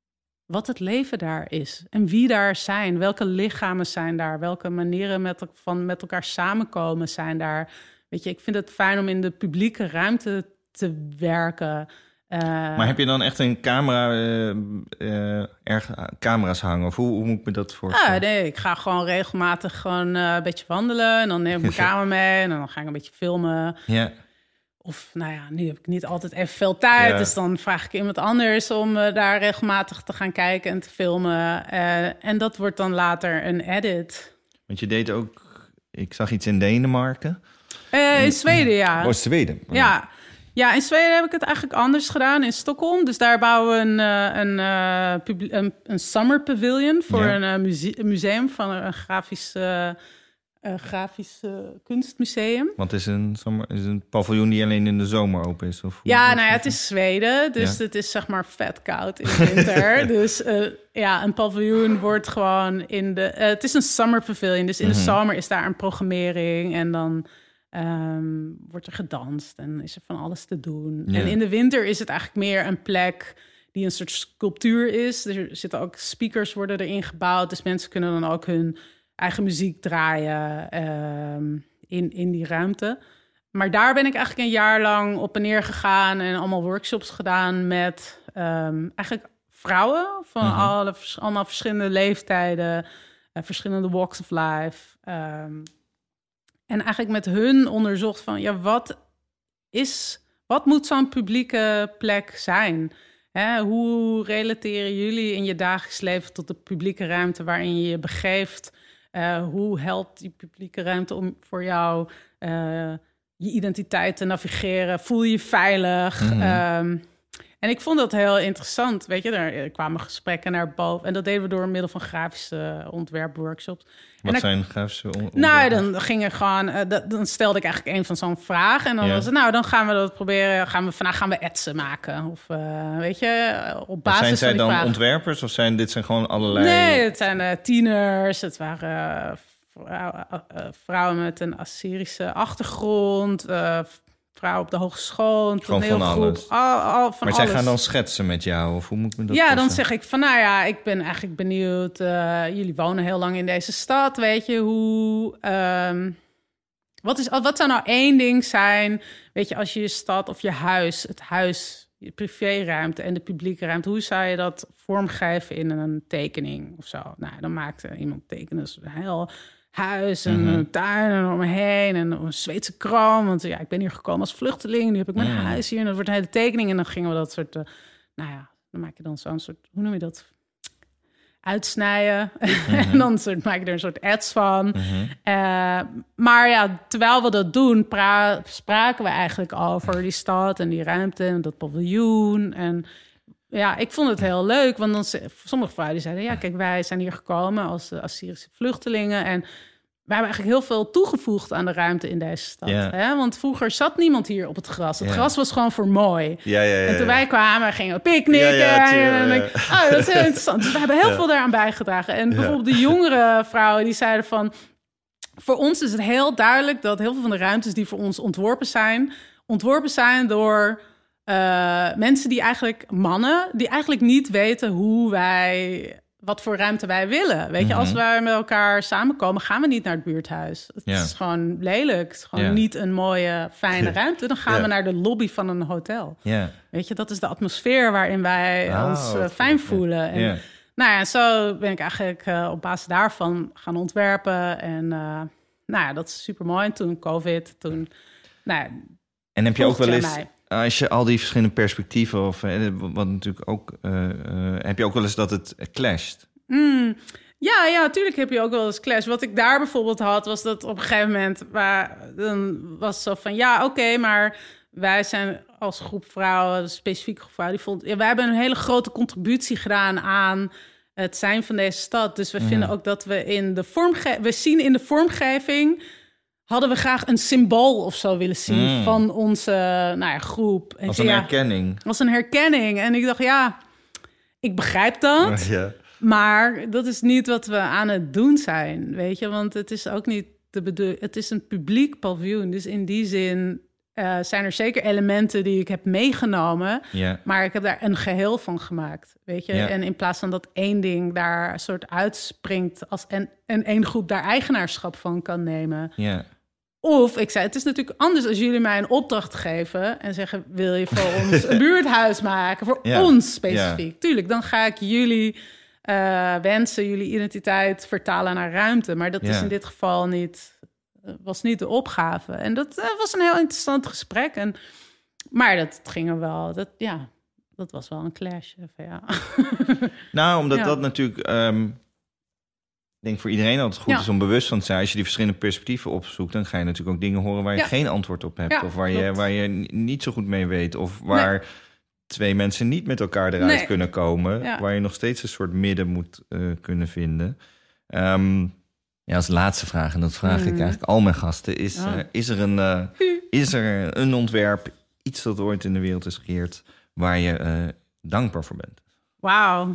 wat het leven daar is en wie daar zijn, welke lichamen zijn daar, welke manieren met, van met elkaar samenkomen zijn daar. Weet je, ik vind het fijn om in de publieke ruimte te werken. Uh, maar heb je dan echt een camera, uh, uh, erg camera's hangen? Of hoe, hoe moet ik me dat voorstellen? Ah, nee, ik ga gewoon regelmatig gewoon uh, een beetje wandelen. En dan neem ik mijn camera mee en dan ga ik een beetje filmen. Ja. Of nou ja, nu heb ik niet altijd even veel tijd. Ja. Dus dan vraag ik iemand anders om uh, daar regelmatig te gaan kijken en te filmen. Uh, en dat wordt dan later een edit. Want je deed ook, ik zag iets in Denemarken. Uh, in Zweden, ja. Oh, Zweden. Oh. Ja. Ja, in Zweden heb ik het eigenlijk anders gedaan, in Stockholm. Dus daar bouwen we een, een, een, publi- een, een summer pavilion voor ja. een, muse- een museum van een grafisch, uh, een grafisch uh, kunstmuseum. Want het is een, summer, is een paviljoen die alleen in de zomer open is? Of ja, nou ja, het is Zweden, dus ja. het is zeg maar vet koud in de winter. Dus uh, ja, een paviljoen wordt gewoon in de... Uh, het is een summer pavilion, dus in mm-hmm. de zomer is daar een programmering en dan... Um, wordt er gedanst en is er van alles te doen. Ja. En in de winter is het eigenlijk meer een plek die een soort sculptuur is. Er zitten ook speakers worden erin gebouwd. Dus mensen kunnen dan ook hun eigen muziek draaien um, in, in die ruimte. Maar daar ben ik eigenlijk een jaar lang op en neer gegaan en allemaal workshops gedaan met um, eigenlijk vrouwen van uh-huh. alle, allemaal verschillende leeftijden, uh, verschillende walks of life. Um, En eigenlijk met hun onderzocht van, ja, wat is, wat moet zo'n publieke plek zijn? Hè, hoe relateren jullie in je dagelijks leven tot de publieke ruimte waarin je je begeeft? Uh, hoe helpt die publieke ruimte om voor jou uh, je identiteit te navigeren? Voel je je veilig? Mm-hmm. Um, en ik vond dat heel interessant. Weet je, er kwamen gesprekken naar boven. En dat deden we door middel van grafische ontwerpworkshops. Wat dan, zijn grafische ontwerpen? Nou, dan gingen gewoon, uh, dat, dan stelde ik eigenlijk een van zo'n vraag. En dan ja. was het, nou, dan gaan we dat proberen. Gaan we, vandaag gaan we etsen maken. Of uh, weet je, op basis zijn zij van die dan vraag. ontwerpers? Of zijn dit zijn gewoon allerlei... Nee, het zijn uh, tieners. Het waren uh, vrouwen, uh, uh, vrouwen met een Assyrische achtergrond. Uh, vrouwen op de hogeschool. Gewoon van alles. Al, al, van maar zij alles. gaan dan schetsen met jou? Of hoe moet ik me dat Ja, passen? dan zeg ik van, nou ja, ik ben eigenlijk benieuwd. Uh, jullie wonen heel lang in deze stad, weet je, hoe... Um, wat, is, wat zou nou één ding zijn, weet je, als je je stad of je huis, het huis, je privéruimte en de publieke ruimte, hoe zou je dat vormgeven in een tekening of zo? Nou, dan maakte iemand tekenen, dus heel huis en Mm-hmm. een tuin en om me heen en een Zweedse kroon. Want ja, ik ben hier gekomen als vluchteling. Nu heb ik mijn Mm. huis hier en dat wordt een hele tekening. En dan gingen we dat soort, uh, nou ja, dan maak je dan zo'n soort, hoe noem je dat? Uitsnijden. Mm-hmm. En dan soort, maak je er een soort ads van. Mm-hmm. Uh, maar ja, terwijl we dat doen, pra- spraken we eigenlijk over die stad en die ruimte en dat paviljoen. En ja, ik vond het heel leuk, want dan, sommige vrouwen die zeiden, ja, kijk, wij zijn hier gekomen als uh, Assyrische vluchtelingen en we hebben eigenlijk heel veel toegevoegd aan de ruimte in deze stad. Ja. Hè? Want vroeger zat niemand hier op het gras. Het Ja. gras was gewoon voor mooi. Ja, ja, ja, En toen ja. wij kwamen, gingen we picknicken. Ja, ja, tuurlijk, en dan denk ja. ik, oh, dat is heel interessant. Dus we hebben heel Ja. veel daaraan bijgedragen. En bijvoorbeeld de jongere vrouwen die zeiden van, voor ons is het heel duidelijk dat heel veel van de ruimtes die voor ons ontworpen zijn, ontworpen zijn door uh, mensen die eigenlijk, mannen, die eigenlijk niet weten hoe wij, wat voor ruimte wij willen. Weet je, Mhm. als wij met elkaar samenkomen, gaan we niet naar het buurthuis. Het Ja. is gewoon lelijk. Het is gewoon Ja. niet een mooie, fijne ruimte. Dan gaan Ja. we naar de lobby van een hotel. Ja. Weet je, dat is de atmosfeer waarin wij Oh, ons uh, wat fijn goed, ja. voelen. En, Ja. nou ja, zo ben ik eigenlijk uh, op basis daarvan gaan ontwerpen. En uh, nou ja, dat is super mooi. En toen COVID, toen... Nou ja, En heb je ook volgend wel jaar eens, mei. als je al die verschillende perspectieven, of eh, wat natuurlijk ook, uh, uh, heb je ook wel eens dat het clasht? Mm, ja, ja, natuurlijk heb je ook wel eens clash. Wat ik daar bijvoorbeeld had, was dat op een gegeven moment, waar, dan was het zo van, ja, oké, okay, maar wij zijn als groep vrouwen, een specifieke groep vrouwen, die vond, ja, wij hebben een hele grote contributie gedaan aan het zijn van deze stad. Dus we Mm. vinden ook dat we in de vormgeving, we zien in de vormgeving, hadden we graag een symbool of zo willen zien Mm. van onze, nou ja, groep. En Als ik een zei, ja, herkenning. als een herkenning. En ik dacht, ja, ik begrijp dat. Ja. Maar dat is niet wat we aan het doen zijn, weet je. Want het is ook niet de bedoeling. Het is een publiek paviljoen. Dus in die zin uh, zijn er zeker elementen die ik heb meegenomen. Ja. Maar ik heb daar een geheel van gemaakt, weet je. Ja. En in plaats van dat één ding daar een soort uitspringt als en, en één groep daar eigenaarschap van kan nemen. Ja. Of, ik zei, het is natuurlijk anders als jullie mij een opdracht geven en zeggen, wil je voor ons een buurthuis maken? Voor Ja. ons specifiek. Ja. Tuurlijk, dan ga ik jullie uh, wensen, jullie identiteit vertalen naar ruimte. Maar dat Ja. is in dit geval niet, was niet de opgave. En dat uh, was een heel interessant gesprek. En, maar dat ging er wel, dat, ja, dat was wel een clash. Even, ja. Nou, omdat Ja. dat natuurlijk, um, ik denk voor iedereen altijd goed Ja. is om bewust van te zijn. Als je die verschillende perspectieven opzoekt, dan ga je natuurlijk ook dingen horen waar je Ja. geen antwoord op hebt. Ja, of waar je, klopt. waar je n- niet zo goed mee weet. Of waar twee mensen niet met elkaar eruit Nee. kunnen komen. Ja. Waar je nog steeds een soort midden moet uh, kunnen vinden. Um, ja, als laatste vraag, en dat vraag Mm. ik eigenlijk al mijn gasten. Is, Ah. uh, is, er een, uh, is er een ontwerp, iets dat ooit in de wereld is gecreëerd, waar je uh, dankbaar voor bent? Wauw.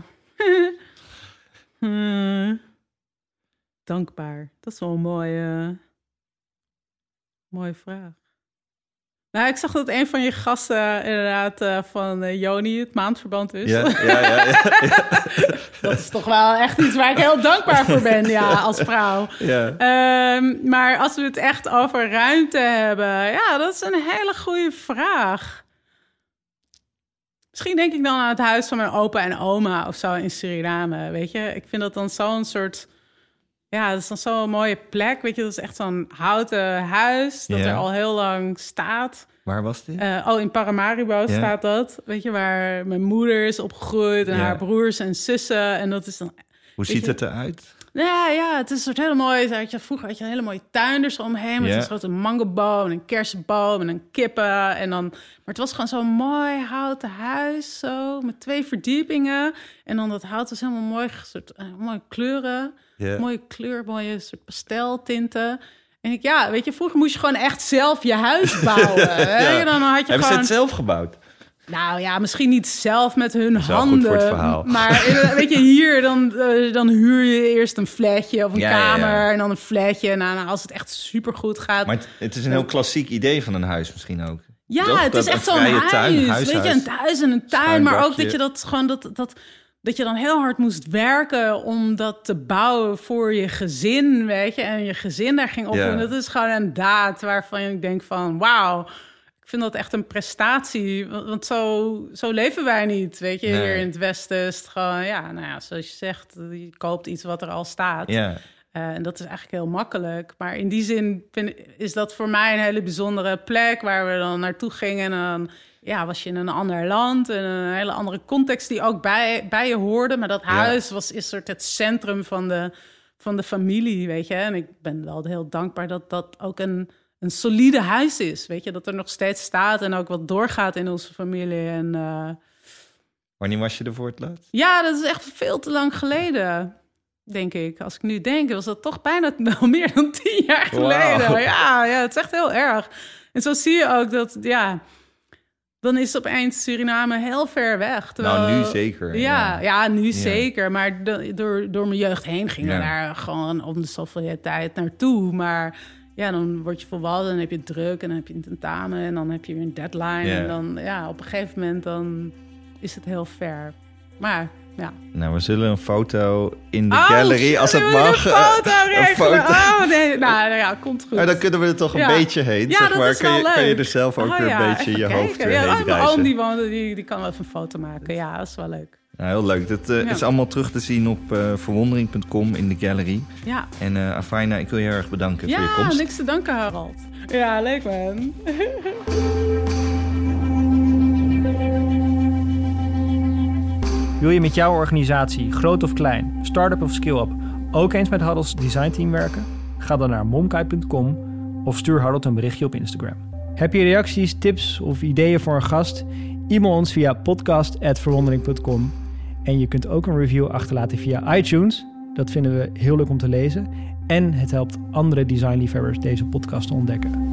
hmm. Dankbaar. Dat is wel een mooie, mooie vraag. Nou, ik zag dat een van je gasten inderdaad uh, van uh, Joni het maandverband is. Ja, ja, ja, ja, ja. Dat is toch wel echt iets waar ik heel dankbaar voor ben, ja, als vrouw. Ja. Um, maar als we het echt over ruimte hebben, ja, dat is een hele goede vraag. Misschien denk ik dan aan het huis van mijn opa en oma of zo in Suriname, weet je. Ik vind dat dan zo'n soort... Ja, dat is dan zo'n mooie plek, weet je. Dat is echt zo'n houten huis dat Ja. er al heel lang staat. Waar was dit? Uh, oh, in Paramaribo Ja. staat dat. Weet je, waar mijn moeder is opgegroeid en Ja. haar broers en zussen. En dat is dan... Hoe ziet je- het eruit? Ja, ja, het is een soort hele mooie... Had je, vroeger had je een hele mooie tuin er zo omheen... met Ja. een grote mangoboom en een kersenboom en een kippen. En dan, maar het was gewoon zo'n mooi houten huis, zo, met twee verdiepingen. En dan dat hout was helemaal mooi, soort, uh, mooie kleuren. Ja. Mooie kleur, mooie soort pasteltinten. En ik, ja, weet je, vroeger moest je gewoon echt zelf je huis bouwen. Hè? Ja. En dan had je Hebben ze gewoon... het zelf gebouwd? Nou ja, misschien niet zelf met hun is wel handen. goed voor het verhaal. Maar eh, weet je, hier dan, uh, dan huur je eerst een flatje of een Ja, ja, kamer ja. en dan een flatje. En nou, als het echt supergoed gaat. Maar het, het is een heel klassiek idee van een huis misschien ook. ja, toch? het Dat is echt een zo'n vrije huis. tuin, weet huishuis. je, een thuis en een tuin. Schuin Maar ook dakje. dat je dat gewoon dat, dat, dat je dan heel hard moest werken om dat te bouwen voor je gezin, weet je. En je gezin daar ging op. Ja. En dat is gewoon een daad waarvan ik denk van wauw. Ik vind dat echt een prestatie, want want zo, zo leven wij niet, weet je. Nee. Hier in het Westen is het gewoon, ja, nou ja, zoals je zegt, je koopt iets wat er al staat. Ja. Uh, en dat is eigenlijk heel makkelijk. Maar in die zin vind, is dat voor mij een hele bijzondere plek... waar we dan naartoe gingen. En dan ja, was je in een ander land. En een hele andere context die ook bij, bij je hoorde. Maar dat huis ja. was is soort het centrum van de, van de familie, weet je. En ik ben wel heel dankbaar dat dat ook een, een solide huis is. Weet je, dat er nog steeds staat en ook wat doorgaat in onze familie. En, uh... Wanneer was je er voor het laatst? Ja, dat is echt veel te lang geleden... denk ik. Als ik nu denk, was dat toch bijna wel meer dan tien jaar geleden. Wow. Ja, ja, het is echt heel erg. En zo zie je ook dat, ja... dan is opeens Suriname heel ver weg. Terwijl, nou, nu zeker. Ja, ja. ja nu ja. zeker. Maar do, door, door mijn jeugd heen ging ja. daar gewoon om de zoveel tijd naartoe. Maar ja, dan word je volwassen, dan heb je druk... en dan heb je een tentamen en dan heb je weer een deadline. Ja. En dan, ja, op een gegeven moment dan is het heel ver. Maar... ja. Nou, we zullen een foto in de oh, gallery, als het mag. Een foto een foto. Oh, nee. Nou, ja, komt goed. Maar dan kunnen we er toch een ja. beetje heen. Ja, zeg dat maar. is wel kan, je, leuk. kan je er zelf ook oh, weer ja, een beetje je kijken. hoofd weer ja, heen reizen. Mijn oom, die, woont, die, die kan wel even een foto maken. Ja, dat is wel leuk. Nou, heel leuk. Dat uh, ja. is allemaal terug te zien op uh, verwondering punt com in de gallery. Ja. En uh, Afaina, ik wil je heel erg bedanken ja, voor je komst. Ja, niks te danken, Harold. Ja, leuk man. Wil je met jouw organisatie, groot of klein, start-up of skill-up, ook eens met Harold's designteam werken? Ga dan naar momkai punt com of stuur Harold een berichtje op Instagram. Heb je reacties, tips of ideeën voor een gast? E-mail ons via podcast at verwondering punt com. En je kunt ook een review achterlaten via iTunes. Dat vinden we heel leuk om te lezen. En het helpt andere designliefhebbers deze podcast te ontdekken.